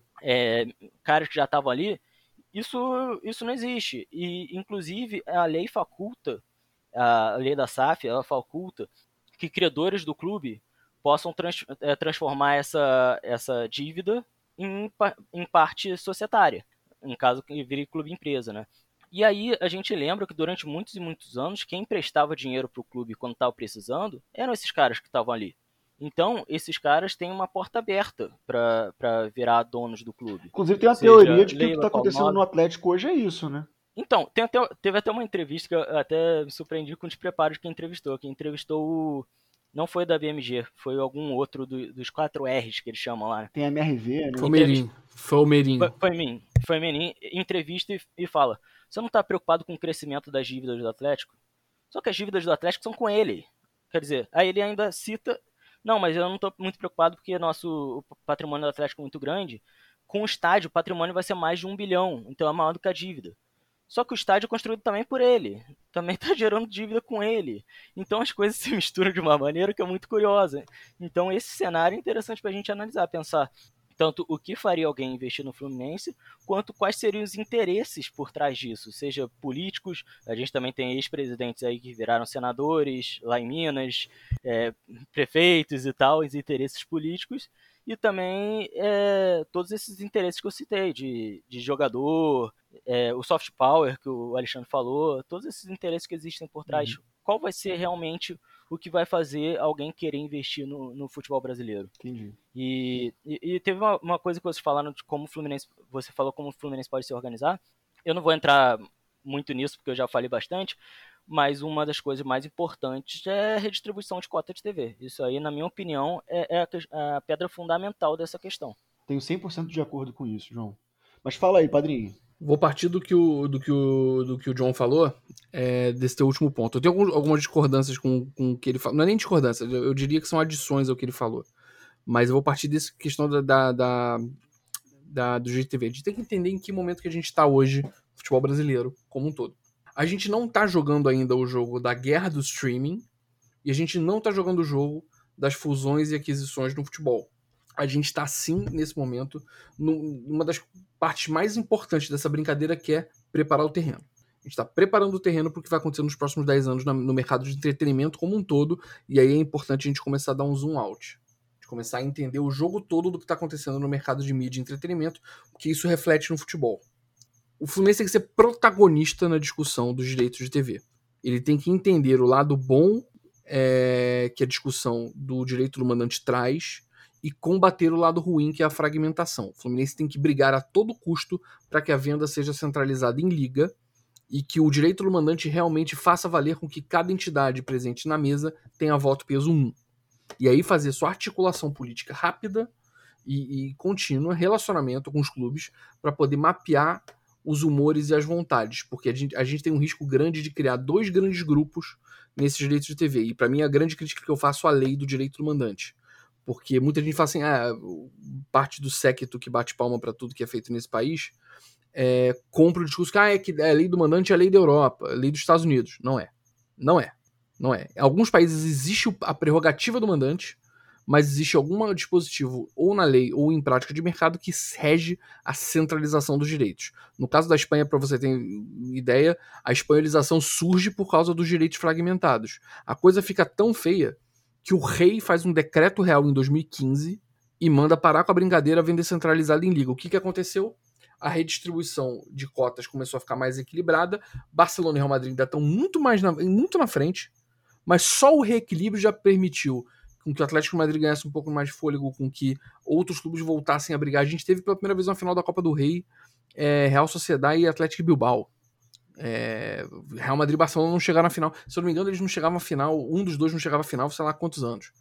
[SPEAKER 5] caras que já estavam ali, isso não existe. E, inclusive, a lei faculta, a lei da SAF, ela faculta que credores do clube possam transformar essa dívida em parte societária, em caso que vire clube empresa, né? E aí a gente lembra que durante muitos e muitos anos, quem emprestava dinheiro para o clube quando estava precisando eram esses caras que estavam ali. Então, esses caras têm uma porta aberta para virar donos do clube.
[SPEAKER 2] Inclusive tem a teoria de que o que está acontecendo no Atlético hoje é isso, né?
[SPEAKER 5] Então, teve até uma entrevista que eu até me surpreendi com o despreparo de quem entrevistou. Quem entrevistou não foi da BMG, foi algum outro dos 4 R's que eles chamam lá.
[SPEAKER 2] Tem a MRV, né?
[SPEAKER 4] Foi o Meirinho.
[SPEAKER 5] Foi Meirinho. Entrevista e fala, você não está preocupado com o crescimento das dívidas do Atlético? Só que as dívidas do Atlético são com ele. Quer dizer, aí ele ainda cita, não, mas eu não estou muito preocupado porque o patrimônio do Atlético é muito grande. Com o estádio, o patrimônio vai ser mais de 1 bilhão, então é maior do que a dívida. Só que o estádio é construído também por ele. Também está gerando dívida com ele. Então as coisas se misturam de uma maneira que é muito curiosa. Então esse cenário é interessante para a gente analisar, pensar tanto o que faria alguém investir no Fluminense, quanto quais seriam os interesses por trás disso, seja políticos, a gente também tem ex-presidentes aí que viraram senadores lá em Minas, prefeitos e tal, os interesses políticos, e também todos esses interesses que eu citei, de jogador, o soft power que o Alexandre falou, todos esses interesses que existem por trás, qual vai ser realmente o que vai fazer alguém querer investir no futebol brasileiro.
[SPEAKER 2] Entendi.
[SPEAKER 5] E teve uma coisa que vocês falaram de como o Fluminense, você falou como o Fluminense pode se organizar. Eu não vou entrar muito nisso porque eu já falei bastante, mas uma das coisas mais importantes é a redistribuição de cota de TV. Isso aí, na minha opinião, é a pedra fundamental dessa questão.
[SPEAKER 2] Tenho 100% de acordo com isso, João. Mas fala aí, padrinho.
[SPEAKER 4] Vou partir do que o John falou, desse teu último ponto. Eu tenho algumas discordâncias com o que ele falou. Não é nem discordância, eu diria que são adições ao que ele falou. Mas eu vou partir dessa questão do GTV. A gente tem que entender em que momento que a gente está hoje no futebol brasileiro como um todo. A gente não está jogando ainda o jogo da guerra do streaming e a gente não está jogando o jogo das fusões e aquisições no futebol. A gente está, sim, nesse momento, numa das partes mais importantes dessa brincadeira, que é preparar o terreno. A gente está preparando o terreno para o que vai acontecer nos próximos 10 anos no mercado de entretenimento como um todo, e aí é importante a gente começar a dar um zoom out. De começar a entender o jogo todo do que está acontecendo no mercado de mídia e entretenimento, que isso reflete no futebol. O Fluminense tem que ser protagonista na discussão dos direitos de TV. Ele tem que entender o lado bom que a discussão do direito do mandante traz e combater o lado ruim, que é a fragmentação. O Fluminense tem que brigar a todo custo para que a venda seja centralizada em liga e que o direito do mandante realmente faça valer com que cada entidade presente na mesa tenha voto peso 1. E aí fazer sua articulação política rápida e contínua, relacionamento com os clubes, para poder mapear os humores e as vontades, porque a gente tem um risco grande de criar 2 grandes grupos nesses direitos de TV. E para mim a grande crítica que eu faço à lei do direito do mandante. Porque muita gente fala assim, parte do séquito que bate palma para tudo que é feito nesse país compra o discurso que que a lei do mandante é a lei da Europa, a lei dos Estados Unidos. Não é. Não é. Não é. Em alguns países existe a prerrogativa do mandante, mas existe algum dispositivo, ou na lei ou em prática de mercado, que rege a centralização dos direitos. No caso da Espanha, para você ter ideia, a espanholização surge por causa dos direitos fragmentados. A coisa fica tão feia que o rei faz um decreto real em 2015 e manda parar com a brincadeira, vender centralizada em liga. O que aconteceu? A redistribuição de cotas começou a ficar mais equilibrada. Barcelona e Real Madrid ainda estão muito na frente, mas só o reequilíbrio já permitiu com que o Atlético de Madrid ganhasse um pouco mais de fôlego, com que outros clubes voltassem a brigar. A gente teve pela primeira vez uma final da Copa do Rei, Real Sociedade e Atlético de Bilbao. Real Madrid e Barcelona não chegaram na final. Se eu não me engano, eles não chegavam à final. Um dos dois não chegava à final, sei lá quantos anos.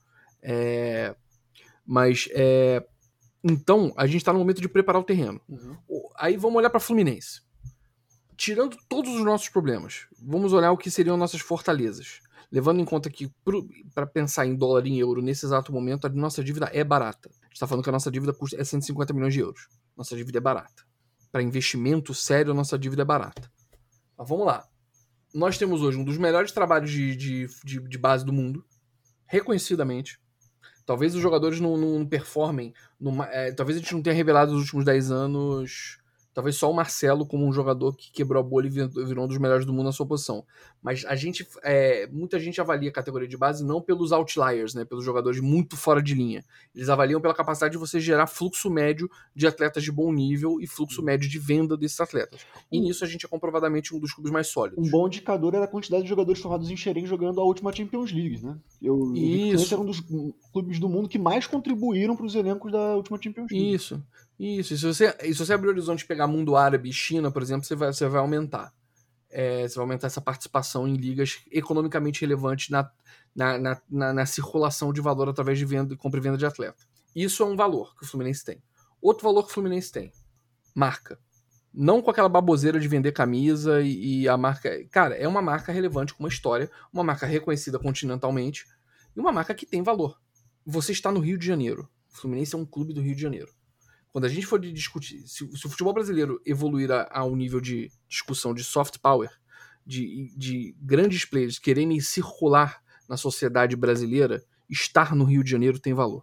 [SPEAKER 4] Então, a gente está no momento de preparar o terreno. Aí vamos olhar para Fluminense. Tirando todos os nossos problemas, vamos olhar o que seriam nossas fortalezas. Levando em conta que, para pensar em dólar e em euro, nesse exato momento, a nossa dívida é barata. A gente está falando que a nossa dívida custa 150 milhões de euros. Nossa dívida é barata. Para investimento sério, a nossa dívida é barata. Mas vamos lá. Nós temos hoje um dos melhores trabalhos de base do mundo, reconhecidamente. Talvez os jogadores não performem. Talvez a gente não tenha revelado nos últimos 10 anos. Talvez só o Marcelo como um jogador que quebrou a bolha e virou um dos melhores do mundo na sua posição. Mas muita gente avalia a categoria de base não pelos outliers, né, pelos jogadores muito fora de linha. Eles avaliam pela capacidade de você gerar fluxo médio de atletas de bom nível e fluxo médio de venda desses atletas. E nisso a gente é comprovadamente um dos clubes mais sólidos.
[SPEAKER 2] Um bom indicador era a quantidade de jogadores formados em Xerém jogando a última Champions League, né?
[SPEAKER 4] Isso.
[SPEAKER 2] Era um dos clubes do mundo que mais contribuíram para os elencos da última Champions League.
[SPEAKER 4] Isso. E se você abrir o horizonte e pegar mundo árabe e China, por exemplo, você vai aumentar. Você vai aumentar essa participação em ligas economicamente relevantes na circulação de valor através de venda, compra e venda de atleta. Isso é um valor que o Fluminense tem. Outro valor que o Fluminense tem, marca. Não com aquela baboseira de vender camisa e a marca... Cara, é uma marca relevante com uma história, uma marca reconhecida continentalmente e uma marca que tem valor. Você está no Rio de Janeiro. O Fluminense é um clube do Rio de Janeiro. Quando a gente for discutir, se o futebol brasileiro evoluir a um nível de discussão de soft power, de grandes players querendo circular na sociedade brasileira, estar no Rio de Janeiro tem valor.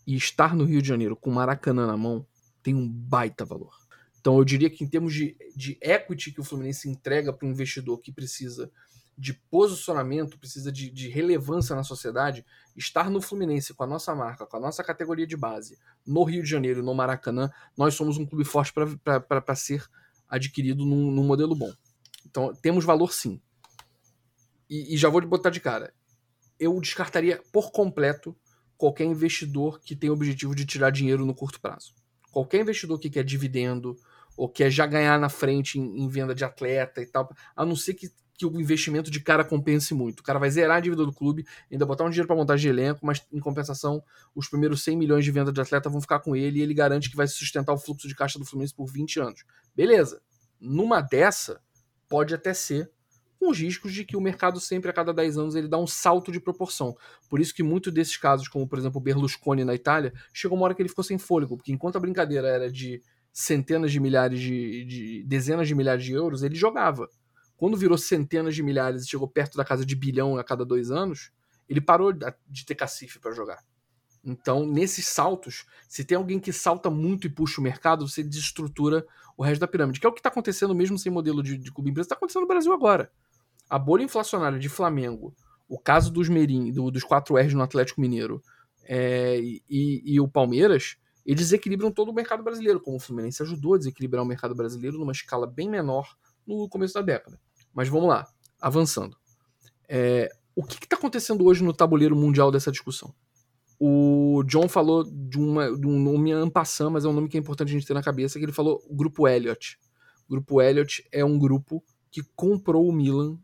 [SPEAKER 4] e estar no Rio de Janeiro com o Maracanã na mão tem um baita valor. Então eu diria que em termos de equity que o Fluminense entrega para um investidor que precisa de posicionamento, precisa de relevância na sociedade, estar no Fluminense com a nossa marca, com a nossa categoria de base, no Rio de Janeiro, no Maracanã, nós somos um clube forte para ser adquirido num modelo bom. Então temos valor sim. E já vou botar de cara, eu descartaria por completo qualquer investidor que tem o objetivo de tirar dinheiro no curto prazo. Qualquer investidor que quer dividendo ou quer já ganhar na frente em venda de atleta e tal, a não ser que o investimento de cara compense muito. O cara vai zerar a dívida do clube, ainda botar um dinheiro para montagem de elenco, mas em compensação, os primeiros 100 milhões de venda de atleta vão ficar com ele e ele garante que vai sustentar o fluxo de caixa do Fluminense por 20 anos. Beleza. Numa dessa, pode até ser, com os riscos de que o mercado sempre, a cada 10 anos, ele dá um salto de proporção. Por isso que muitos desses casos, como por exemplo o Berlusconi na Itália, chegou uma hora que ele ficou sem fôlego, porque enquanto a brincadeira era de centenas de milhares de dezenas de milhares de euros, ele jogava. Quando virou centenas de milhares e chegou perto da casa de bilhão a cada 2 anos, ele parou de ter cacife para jogar. Então, nesses saltos, se tem alguém que salta muito e puxa o mercado, você desestrutura o resto da pirâmide, que é o que está acontecendo mesmo sem modelo de clube empresa, está acontecendo no Brasil agora. A bolha inflacionária de Flamengo, o caso dos Merim, dos 4Rs no Atlético Mineiro e o Palmeiras, eles desequilibram todo o mercado brasileiro, como o Fluminense ajudou a desequilibrar o mercado brasileiro numa escala bem menor no começo da década. Mas vamos lá, avançando. O que está acontecendo hoje no tabuleiro mundial dessa discussão? O John falou de um nome en passant, mas é um nome que é importante a gente ter na cabeça, que ele falou o Grupo Elliott. O Grupo Elliott é um grupo que comprou o Milan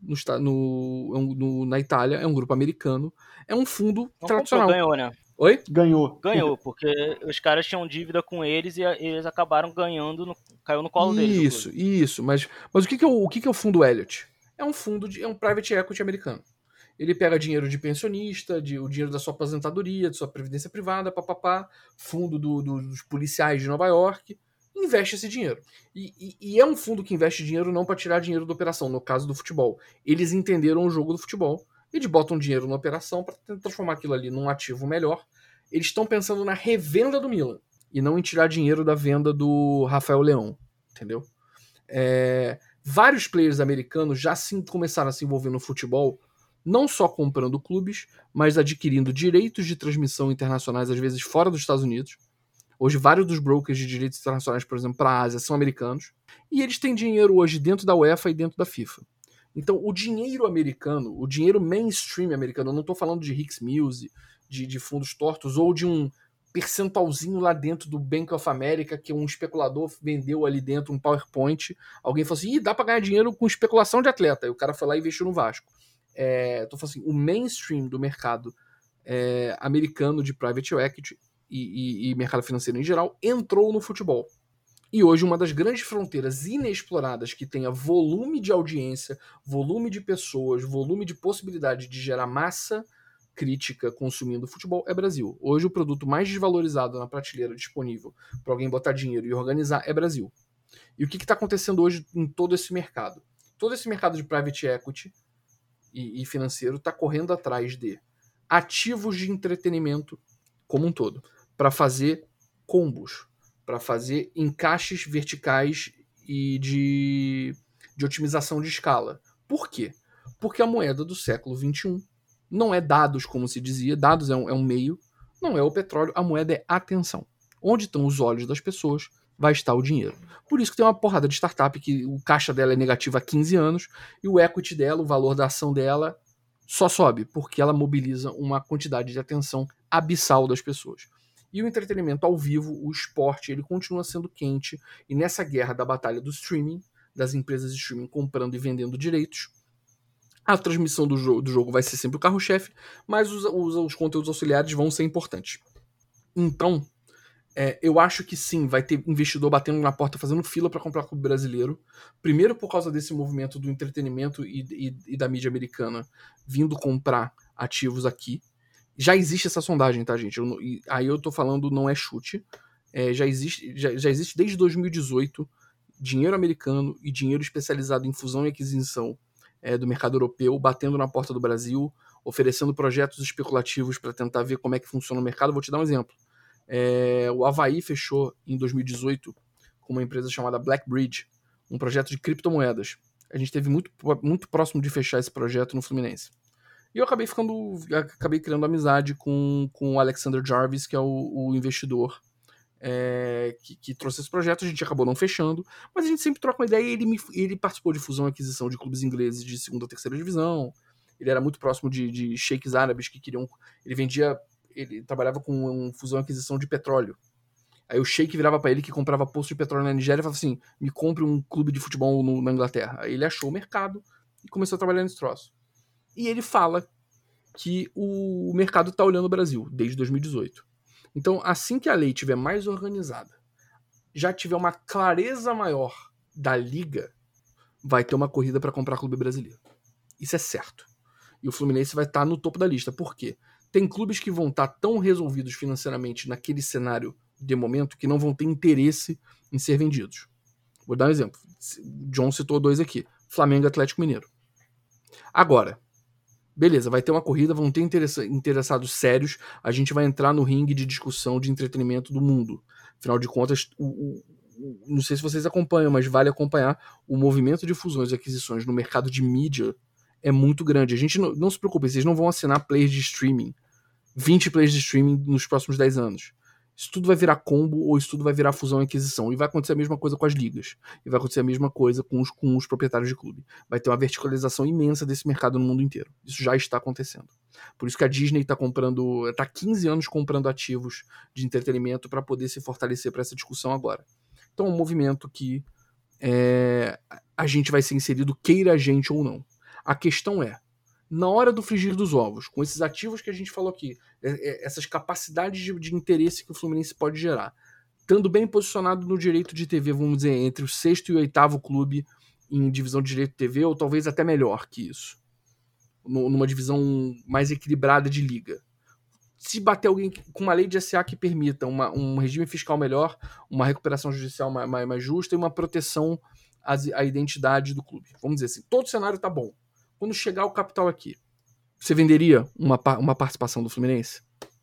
[SPEAKER 4] na Itália, é um grupo americano, é um fundo tradicional.
[SPEAKER 5] Ganhou, né?
[SPEAKER 4] Oi?
[SPEAKER 5] Ganhou, porque os caras tinham dívida com eles e eles acabaram ganhando, caiu no colo deles.
[SPEAKER 4] Isso. Mas o que é o fundo Elliott? É um private equity americano. Ele pega dinheiro de pensionista, o dinheiro da sua aposentadoria, de sua previdência privada, fundo dos policiais de Nova York, investe esse dinheiro. E é um fundo que investe dinheiro não para tirar dinheiro da operação, no caso do futebol. Eles entenderam o jogo do futebol, eles botam dinheiro na operação para transformar aquilo ali num ativo melhor. Eles estão pensando na revenda do Milan e não em tirar dinheiro da venda do Rafael Leão, entendeu? Vários players americanos já começaram a se envolver no futebol, não só comprando clubes, mas adquirindo direitos de transmissão internacionais, às vezes fora dos Estados Unidos. Hoje, vários dos brokers de direitos internacionais, por exemplo, para a Ásia, são americanos. E eles têm dinheiro hoje dentro da UEFA e dentro da FIFA. Então, o dinheiro americano, o dinheiro mainstream americano, eu não estou falando de Hicks Mills, de fundos tortos, ou de um percentualzinho lá dentro do Bank of America, que um especulador vendeu ali dentro um PowerPoint. Alguém falou assim, dá para ganhar dinheiro com especulação de atleta. E o cara foi lá e investiu no Vasco. Estou falando assim, o mainstream do mercado americano de private equity e mercado financeiro em geral entrou no futebol. E hoje uma das grandes fronteiras inexploradas que tenha volume de audiência, volume de pessoas, volume de possibilidade de gerar massa crítica consumindo futebol é Brasil. Hoje o produto mais desvalorizado na prateleira disponível para alguém botar dinheiro e organizar é Brasil. E o que está acontecendo hoje em todo esse mercado? Todo esse mercado de private equity e financeiro está correndo atrás de ativos de entretenimento como um todo, para fazer combos, para fazer encaixes verticais e de otimização de escala. Por quê? Porque a moeda do século XXI não é dados, como se dizia, dados é um meio, não é o petróleo, a moeda é atenção. Onde estão os olhos das pessoas, vai estar o dinheiro. Por isso que tem uma porrada de startup que o caixa dela é negativo há 15 anos e o equity dela, o valor da ação dela, só sobe, porque ela mobiliza uma quantidade de atenção abissal das pessoas. E o entretenimento ao vivo, o esporte, ele continua sendo quente. E nessa guerra da batalha do streaming, das empresas de streaming comprando e vendendo direitos, a transmissão do jogo vai ser sempre o carro-chefe, mas os conteúdos auxiliares vão ser importantes. Então, eu acho que sim, vai ter investidor batendo na porta, fazendo fila para comprar clube brasileiro. Primeiro por causa desse movimento do entretenimento e da mídia americana vindo comprar ativos aqui. Já existe essa sondagem, tá, gente? Aí eu tô falando, não é chute. Já existe desde 2018 dinheiro americano e dinheiro especializado em fusão e aquisição do mercado europeu batendo na porta do Brasil, oferecendo projetos especulativos para tentar ver como é que funciona o mercado. Vou te dar um exemplo. O Avaí fechou em 2018 com uma empresa chamada BlackBridge, um projeto de criptomoedas. A gente esteve muito, muito próximo de fechar esse projeto no Fluminense. E eu acabei criando amizade com o Alexander Jarvis, que é o investidor que trouxe esse projeto. A gente acabou não fechando, mas a gente sempre troca uma ideia. E ele participou de fusão e aquisição de clubes ingleses de 2ª ou 3ª divisão. Ele era muito próximo de sheiks árabes que queriam... Ele trabalhava com fusão e aquisição de petróleo. Aí o sheik virava pra ele que comprava poço de petróleo na Nigéria e falava assim, me compre um clube de futebol na Inglaterra. Aí ele achou o mercado e começou a trabalhar nesse troço. E ele fala que o mercado tá olhando o Brasil desde 2018. Então, assim que a lei estiver mais organizada, já tiver uma clareza maior da liga, vai ter uma corrida para comprar clube brasileiro. Isso é certo. E o Fluminense vai estar no topo da lista. Por quê? Tem clubes que vão estar tão resolvidos financeiramente naquele cenário de momento que não vão ter interesse em ser vendidos. Vou dar um exemplo. O John citou 2 aqui. Flamengo e Atlético Mineiro. Agora, beleza, vai ter uma corrida, vão ter interessados sérios, a gente vai entrar no ringue de discussão de entretenimento do mundo. Afinal de contas, não sei se vocês acompanham, mas vale acompanhar, o movimento de fusões e aquisições no mercado de mídia é muito grande. A gente não se preocupe, vocês não vão assinar players de streaming, 20 players de streaming nos próximos 10 anos. Isso tudo vai virar combo ou isso tudo vai virar fusão e aquisição. E vai acontecer a mesma coisa com as ligas. E vai acontecer a mesma coisa com os proprietários de clube. Vai ter uma verticalização imensa desse mercado no mundo inteiro. Isso já está acontecendo. Por isso que a Disney está há 15 anos comprando ativos de entretenimento para poder se fortalecer para essa discussão agora. Então é um movimento que a gente vai ser inserido, queira a gente ou não. A questão é, na hora do frigir dos ovos, com esses ativos que a gente falou aqui, essas capacidades de interesse que o Fluminense pode gerar, estando bem posicionado no direito de TV, vamos dizer, entre o 6º e o 8º clube em divisão de direito de TV, ou talvez até melhor que isso, numa divisão mais equilibrada de liga. Se bater alguém com uma lei de SA que permita um regime fiscal melhor, uma recuperação judicial mais justa e uma proteção à identidade do clube. Vamos dizer assim, todo cenário tá bom. Quando chegar o capital aqui, você venderia uma participação do Fluminense?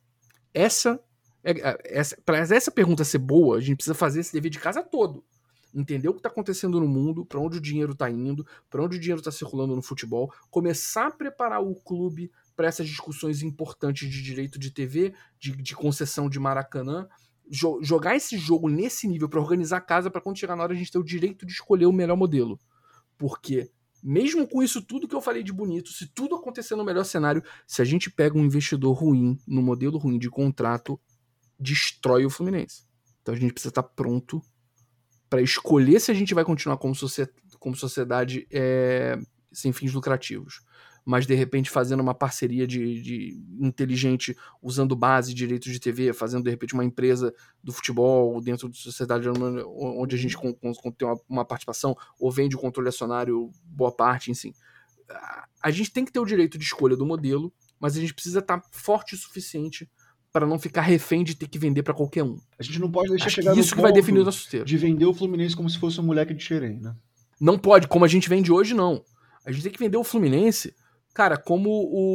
[SPEAKER 4] Para essa pergunta ser boa, a gente precisa fazer esse dever de casa todo. Entender o que está acontecendo no mundo, para onde o dinheiro está indo, para onde o dinheiro está circulando no futebol, começar a preparar o clube para essas discussões importantes de direito de TV, de concessão de Maracanã, jogar esse jogo nesse nível para organizar a casa, para quando chegar na hora a gente ter o direito de escolher o melhor modelo. Porque mesmo com isso tudo que eu falei de bonito, se tudo acontecer no melhor cenário, se a gente pega um investidor ruim, no modelo ruim de contrato, destrói o Fluminense. Então a gente precisa estar pronto para escolher se a gente vai continuar como sociedade sem fins lucrativos, mas de repente fazendo uma parceria de inteligente, usando base, direitos de TV, fazendo de repente uma empresa do futebol dentro da sociedade onde a gente tem uma participação, ou vende o controle acionário boa parte, enfim. A gente tem que ter o direito de escolha do modelo, mas a gente precisa estar forte o suficiente para não ficar refém de ter que vender para qualquer um.
[SPEAKER 2] A gente não pode deixar chegar
[SPEAKER 4] isso que vai definir o nosso susteiro.
[SPEAKER 2] De vender o Fluminense como se fosse um moleque de Xerém, né?
[SPEAKER 4] Não pode, como a gente vende hoje, não. A gente tem que vender o Fluminense, cara, como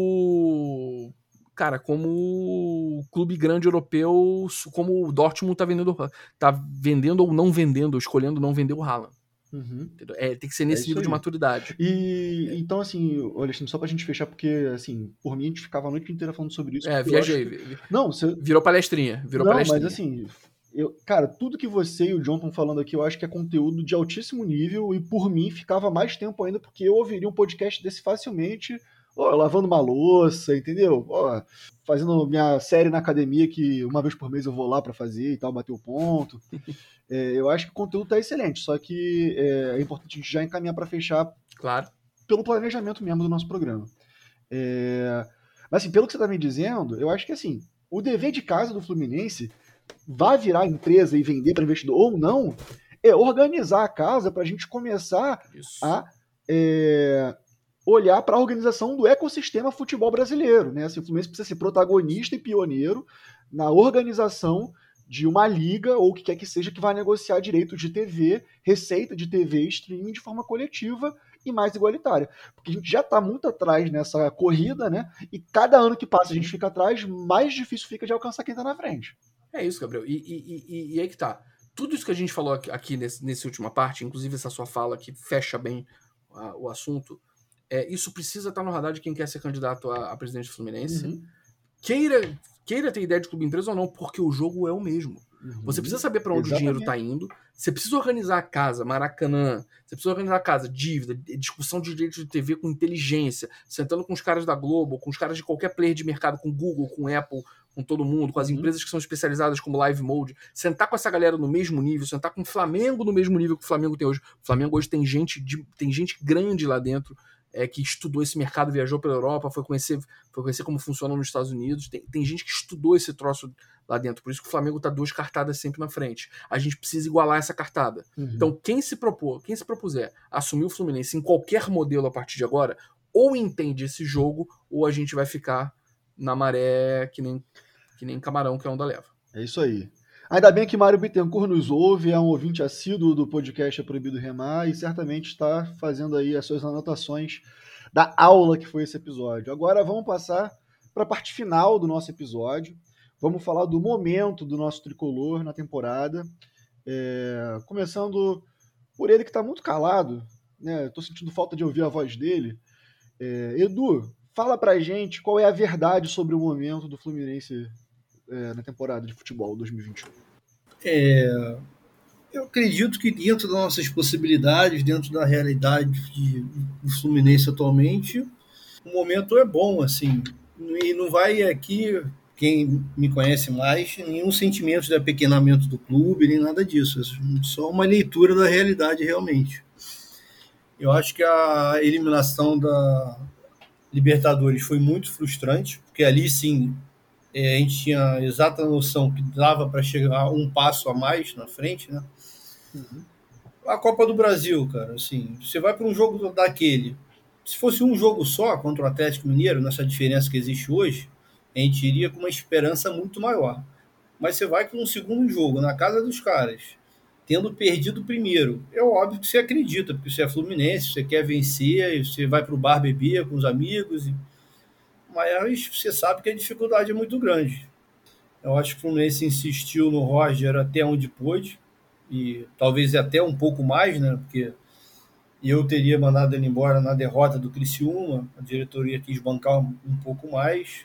[SPEAKER 4] o clube grande europeu, como o Dortmund tá vendendo ou não vendendo, escolhendo não vender o Haaland.
[SPEAKER 2] Uhum.
[SPEAKER 4] Tem que ser nesse nível de maturidade.
[SPEAKER 2] E então, assim, Alexandre, só pra gente fechar, porque, assim, por mim a gente ficava a noite inteira falando sobre isso.
[SPEAKER 4] Viajei.
[SPEAKER 2] Não,
[SPEAKER 4] virou palestrinha.
[SPEAKER 2] Mas assim, cara, tudo que você e o John estão falando aqui, eu acho que é conteúdo de altíssimo nível, e por mim ficava mais tempo ainda, porque eu ouviria um podcast desse facilmente, lavando uma louça, entendeu? Fazendo minha série na academia, que uma vez por mês eu vou lá pra fazer e tal, bater o ponto. Eu acho que o conteúdo tá excelente, só que é importante a gente já encaminhar para fechar,
[SPEAKER 4] claro,
[SPEAKER 2] pelo planejamento mesmo do nosso programa. Mas assim, pelo que você tá me dizendo, eu acho que assim, o dever de casa do Fluminense vai virar empresa e vender para investidor ou não, é organizar a casa para a gente começar a olhar para a organização do ecossistema futebol brasileiro, né? Assim, o Fluminense precisa ser protagonista e pioneiro na organização de uma liga, ou o que quer que seja, que vai negociar direitos de TV, receita de TV e streaming de forma coletiva e mais igualitária. Porque a gente já está muito atrás nessa corrida, né? E cada ano que passa a gente fica atrás, mais difícil fica de alcançar quem está na frente.
[SPEAKER 4] É isso, Gabriel. E aí que tá. Tudo isso que a gente falou aqui nessa última parte, inclusive essa sua fala que fecha bem o assunto, isso precisa estar no radar de quem quer ser candidato a presidente do Fluminense.
[SPEAKER 2] Uhum.
[SPEAKER 4] Queira ter ideia de clube empresa ou não, porque o jogo é o mesmo. Você precisa saber para onde o dinheiro está indo. Você precisa organizar a casa, Maracanã. Você precisa organizar a casa, dívida, discussão de direitos de TV com inteligência, sentando com os caras da Globo, com os caras de qualquer player de mercado, com Google, com Apple, com todo mundo, com as empresas que são especializadas como Live Mode. Sentar com essa galera no mesmo nível, sentar com o Flamengo no mesmo nível que o Flamengo tem hoje. O Flamengo hoje tem gente grande lá dentro. Que estudou esse mercado, viajou pela Europa, foi conhecer como funciona nos Estados Unidos. Tem gente que estudou esse troço lá dentro. Por isso que o Flamengo tá 2 cartadas sempre na frente. A gente precisa igualar essa cartada. Então, quem se propuser assumir o Fluminense em qualquer modelo a partir de agora, ou entende esse jogo, ou a gente vai ficar na maré que nem camarão que a onda leva.
[SPEAKER 2] É isso aí. Ainda bem que Mário Bittencourt nos ouve, é um ouvinte assíduo do podcast É Proibido Remar e certamente está fazendo aí as suas anotações da aula que foi esse episódio. Agora vamos passar para a parte final do nosso episódio. Vamos falar do momento do nosso tricolor na temporada. Começando por ele que está muito calado, né? Estou sentindo falta de ouvir a voz dele. Edu, fala pra gente qual é a verdade sobre o momento do Fluminense na temporada de futebol 2021.
[SPEAKER 3] Eu acredito que dentro das nossas possibilidades, dentro da realidade do Fluminense atualmente, o momento é bom, assim. E não vai aqui, quem me conhece mais, nenhum sentimento de apequenamento do clube, nem nada disso. É só uma leitura da realidade realmente. Eu acho que a eliminação da Libertadores foi muito frustrante, porque ali sim a gente tinha a exata noção que dava para chegar um passo a mais na frente, né? A Copa do Brasil, cara, assim, você vai para um jogo daquele, se fosse um jogo só contra o Atlético Mineiro, nessa diferença que existe hoje, a gente iria com uma esperança muito maior. Mas você vai com um segundo jogo na casa dos caras, tendo perdido o primeiro, é óbvio que você acredita, porque você é Fluminense, você quer vencer, você vai para o bar beber com os amigos, mas você sabe que a dificuldade é muito grande. Eu acho que o Fluminense insistiu no Roger até onde pôde, e talvez até um pouco mais, né? Porque eu teria mandado ele embora na derrota do Criciúma, a diretoria quis bancar um pouco mais,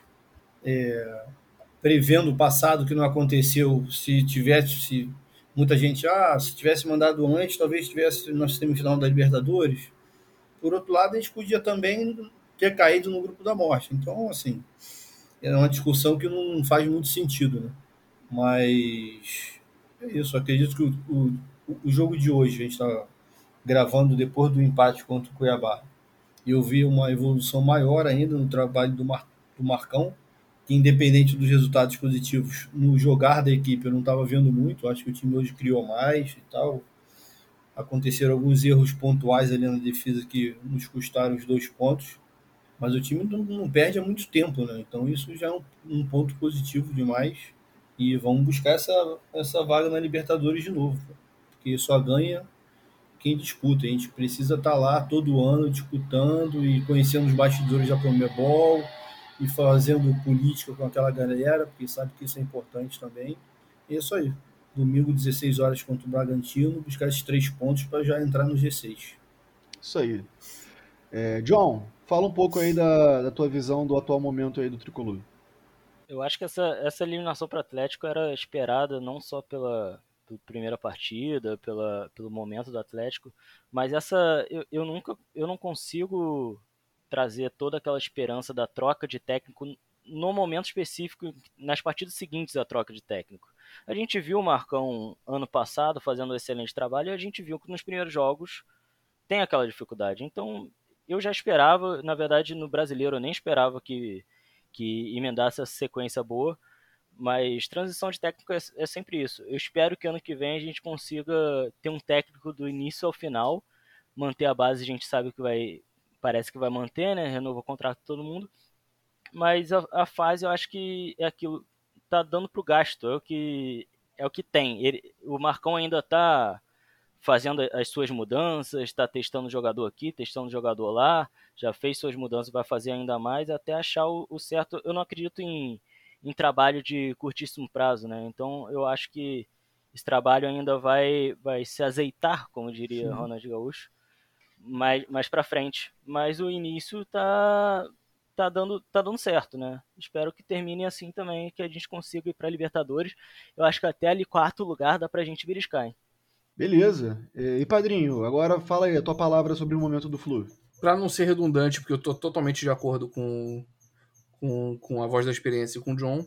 [SPEAKER 3] prevendo o passado que não aconteceu. Se muita gente, se tivesse mandado antes, talvez tivesse na semifinal da Libertadores. Por outro lado, a gente podia também ter caído no grupo da morte. Então, assim, é uma discussão que não faz muito sentido, né? Mas é isso. Acredito que o jogo de hoje, a gente está gravando depois do empate contra o Cuiabá, e eu vi uma evolução maior ainda no trabalho do Marcão, que independente dos resultados positivos, no jogar da equipe eu não estava vendo muito. Eu acho que o time hoje criou mais e tal. Aconteceram alguns erros pontuais ali na defesa que nos custaram os 2 pontos, mas o time não perde há muito tempo, né? Então isso já é um ponto positivo demais. E vamos buscar essa vaga na Libertadores de novo, porque só ganha quem disputa. A gente precisa estar lá todo ano disputando e conhecendo os bastidores da Conmebol e fazendo política com aquela galera, porque sabe que isso é importante também. E é isso aí. Domingo, 16 horas contra o Bragantino, buscar esses 3 pontos para já entrar no G6.
[SPEAKER 2] Isso aí. John, fala um pouco aí da tua visão do atual momento aí do Tricolor.
[SPEAKER 5] Eu acho que essa eliminação para o Atlético era esperada não só pela primeira partida, pelo momento do Atlético, mas eu não consigo trazer toda aquela esperança da troca de técnico no momento específico, nas partidas seguintes à troca de técnico. A gente viu o Marcão ano passado fazendo um excelente trabalho e a gente viu que nos primeiros jogos tem aquela dificuldade. Então eu já esperava, na verdade no Brasileiro eu nem esperava que emendasse essa sequência boa, mas transição de técnico é sempre isso. Eu espero que ano que vem a gente consiga ter um técnico do início ao final, manter a base, a gente sabe que parece que vai manter, né? Renova o contrato de todo mundo, mas a fase eu acho que é aquilo, tá dando pro gasto, é o que tem. O Marcão ainda tá fazendo as suas mudanças, está testando jogador aqui, testando jogador lá, já fez suas mudanças, vai fazer ainda mais até achar o certo. Eu não acredito em em trabalho de curtíssimo prazo, né? Então eu acho que esse trabalho ainda vai se azeitar, como diria Ronald Gaúcho, mais para frente. Mas o início tá dando certo, né? Espero que termine assim também, que a gente consiga ir para Libertadores. Eu acho que até ali quarto lugar dá pra gente beliscar, hein?
[SPEAKER 2] Beleza. E padrinho, agora fala aí a tua palavra sobre o momento do Flu.
[SPEAKER 4] Para não ser redundante, porque eu tô totalmente de acordo com a voz da experiência e com o John,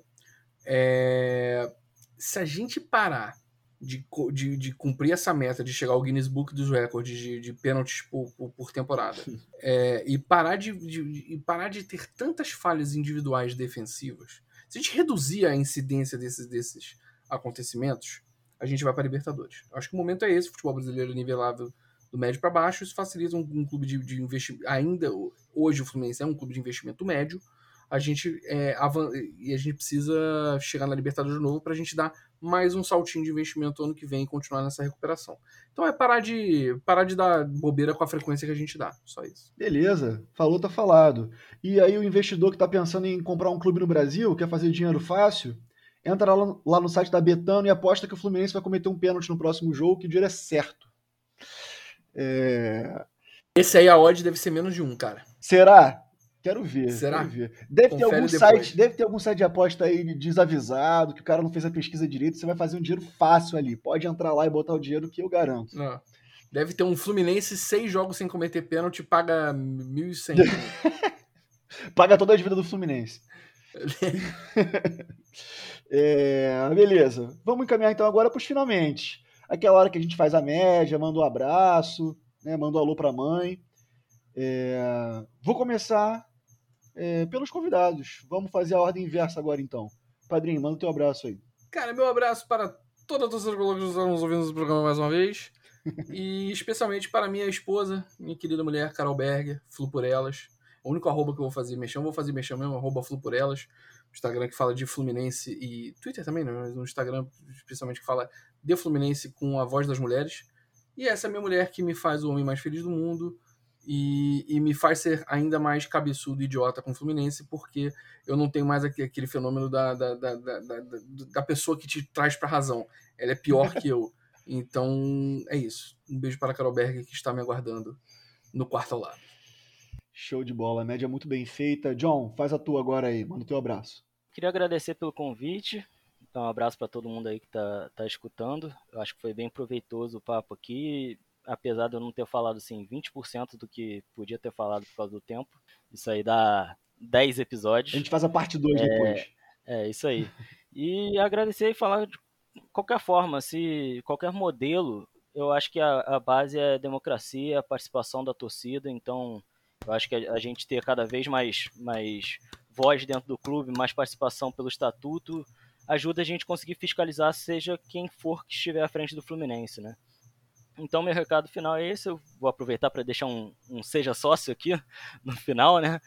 [SPEAKER 4] se a gente parar de cumprir essa meta de chegar ao Guinness Book dos Records de pênaltis por temporada e parar de ter tantas falhas individuais defensivas, se a gente reduzir a incidência desses acontecimentos, a gente vai para a Libertadores. Acho que o momento é esse, o futebol brasileiro é nivelado do médio para baixo, isso facilita um clube de investimento. Ainda hoje o Fluminense é um clube de investimento médio, a gente precisa chegar na Libertadores de novo para a gente dar mais um saltinho de investimento ano que vem e continuar nessa recuperação. Então é parar de dar bobeira com a frequência que a gente dá, só isso.
[SPEAKER 2] Beleza, falou, tá falado. E aí o investidor que tá pensando em comprar um clube no Brasil, quer fazer dinheiro fácil, entra lá no site da Betano e aposta que o Fluminense vai cometer um pênalti no próximo jogo, que o dinheiro é certo.
[SPEAKER 4] Esse aí a odd deve ser menos de 1, cara.
[SPEAKER 2] Será? Quero ver.
[SPEAKER 4] Será?
[SPEAKER 2] Quero ver. Deve ter algum site de aposta aí desavisado, que o cara não fez a pesquisa direito, você vai fazer um dinheiro fácil ali. Pode entrar lá e botar o dinheiro que eu garanto.
[SPEAKER 4] Não. Deve ter um Fluminense 6 jogos sem cometer pênalti, paga 1.100.
[SPEAKER 2] Paga toda a dívida do Fluminense. Beleza. Vamos encaminhar então agora para os finalmente. Aquela hora que a gente faz a média, manda um abraço, né, manda um alô para a mãe. Vou começar pelos convidados. Vamos fazer a ordem inversa agora então. Padrinho, manda o teu abraço aí.
[SPEAKER 4] Cara, meu abraço para toda a torcida que estamos ouvindo o programa mais uma vez. E especialmente para minha esposa, minha querida mulher, Carol Berger, Flu por Elas. O único arroba que eu vou fazer mexer mesmo, arroba Flu por Elas. Instagram que fala de Fluminense e Twitter também, né? Mas no Instagram, especialmente, que fala de Fluminense com a voz das mulheres. E essa é a minha mulher que me faz o homem mais feliz do mundo e me faz ser ainda mais cabeçudo e idiota com o Fluminense, porque eu não tenho mais aquele fenômeno da pessoa que te traz pra razão. Ela é pior que eu. Então, é isso. Um beijo para a Carol Berger, que está me aguardando no quarto ao lado.
[SPEAKER 2] Show de bola, a média muito bem feita. John, faz a tua agora aí, manda o teu abraço.
[SPEAKER 5] Queria agradecer pelo convite, então um abraço para todo mundo aí que tá escutando. Eu acho que foi bem proveitoso o papo aqui, apesar de eu não ter falado assim 20% do que podia ter falado por causa do tempo. Isso aí dá 10 episódios.
[SPEAKER 2] A gente faz a parte 2 depois.
[SPEAKER 5] Isso aí. E agradecer e falar de qualquer forma, se qualquer modelo, eu acho que a base é a democracia, a participação da torcida, então eu acho que a gente ter cada vez mais voz dentro do clube, mais participação pelo estatuto, ajuda a gente a conseguir fiscalizar seja quem for que estiver à frente do Fluminense, né? Então meu recado final é esse, eu vou aproveitar para deixar um seja sócio aqui no final, né?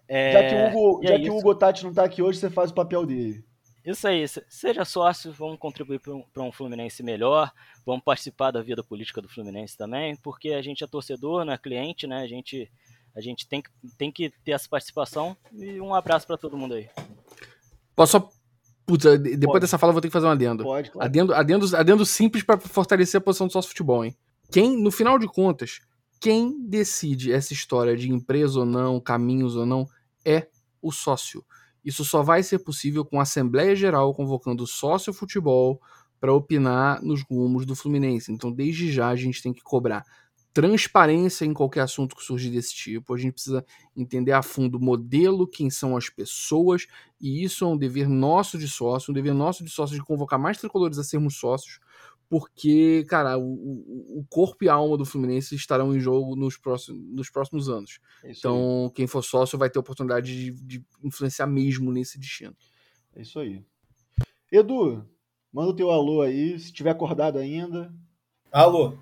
[SPEAKER 2] Já que o Hugo Tati não está aqui hoje, você faz o papel dele.
[SPEAKER 5] Isso aí, seja sócio, vamos contribuir para um Fluminense melhor, vamos participar da vida política do Fluminense também, porque a gente é torcedor, não é cliente, né? A gente tem que ter essa participação. E um abraço para todo mundo aí.
[SPEAKER 4] Posso só... Puta, depois dessa fala eu vou ter que fazer um adendo.
[SPEAKER 2] Pode, claro.
[SPEAKER 4] Adendo simples para fortalecer a posição do sócio futebol, hein? No final de contas, quem decide essa história de empresa ou não, caminhos ou não, é o sócio. Isso só vai ser possível com a Assembleia Geral convocando o sócio futebol para opinar nos rumos do Fluminense. Então, desde já, a gente tem que cobrar transparência em qualquer assunto que surgir desse tipo. A gente precisa entender a fundo o modelo, quem são as pessoas, e isso é um dever nosso de sócio, de convocar mais tricolores a sermos sócios, porque, cara, o corpo e a alma do Fluminense estarão em jogo nos próximos anos. Então, quem for sócio vai ter a oportunidade de influenciar mesmo nesse destino.
[SPEAKER 2] É isso aí. Edu, manda o teu alô aí, se tiver acordado ainda.
[SPEAKER 3] Alô.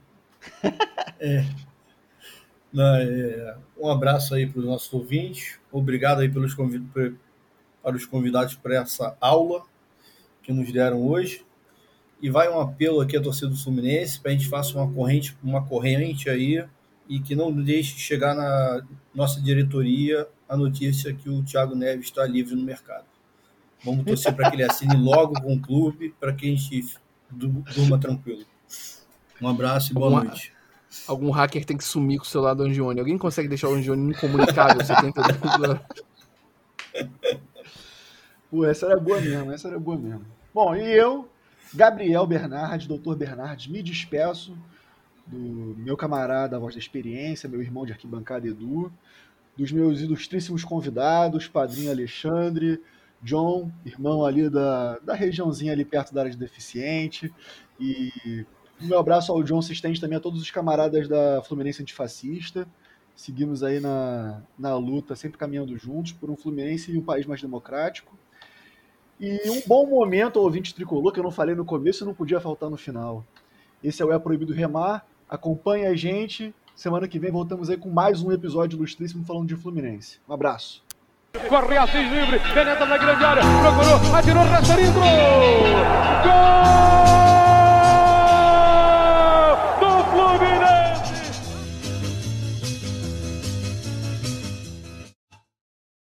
[SPEAKER 3] Um abraço aí para os nossos ouvintes. Obrigado aí para os convidados para essa aula que nos deram hoje. E vai um apelo aqui à torcida do Fluminense para a gente faça uma corrente aí e que não deixe chegar na nossa diretoria a notícia que o Thiago Neves está livre no mercado. Vamos torcer para que ele assine logo com o clube, para que a gente durma tranquilo. Um abraço e boa noite.
[SPEAKER 4] Algum hacker tem que sumir com o celular do Angione. Alguém consegue deixar o Angione incomunicável 72 horas?
[SPEAKER 2] Pô, essa era boa mesmo. Bom, e eu, Gabriel Bernardes, Dr. Bernardes, me despeço do meu camarada, a voz da experiência, meu irmão de arquibancada Edu, dos meus ilustríssimos convidados, padrinho Alexandre, John, irmão ali da regiãozinha ali perto da área de deficiente, e o meu abraço ao John se estende também a todos os camaradas da Fluminense Antifascista. Seguimos aí na luta, sempre caminhando juntos por um Fluminense e um país mais democrático. E um bom momento ao ouvinte tricolor, que eu não falei no começo e não podia faltar no final. Esse é o É Proibido Remar. Acompanhe a gente. Semana que vem voltamos aí com mais um episódio ilustríssimo falando de Fluminense. Um abraço.
[SPEAKER 1] Corre Assis livre, penetra na grande área, procurou, atirou, Rasterinho, entrou!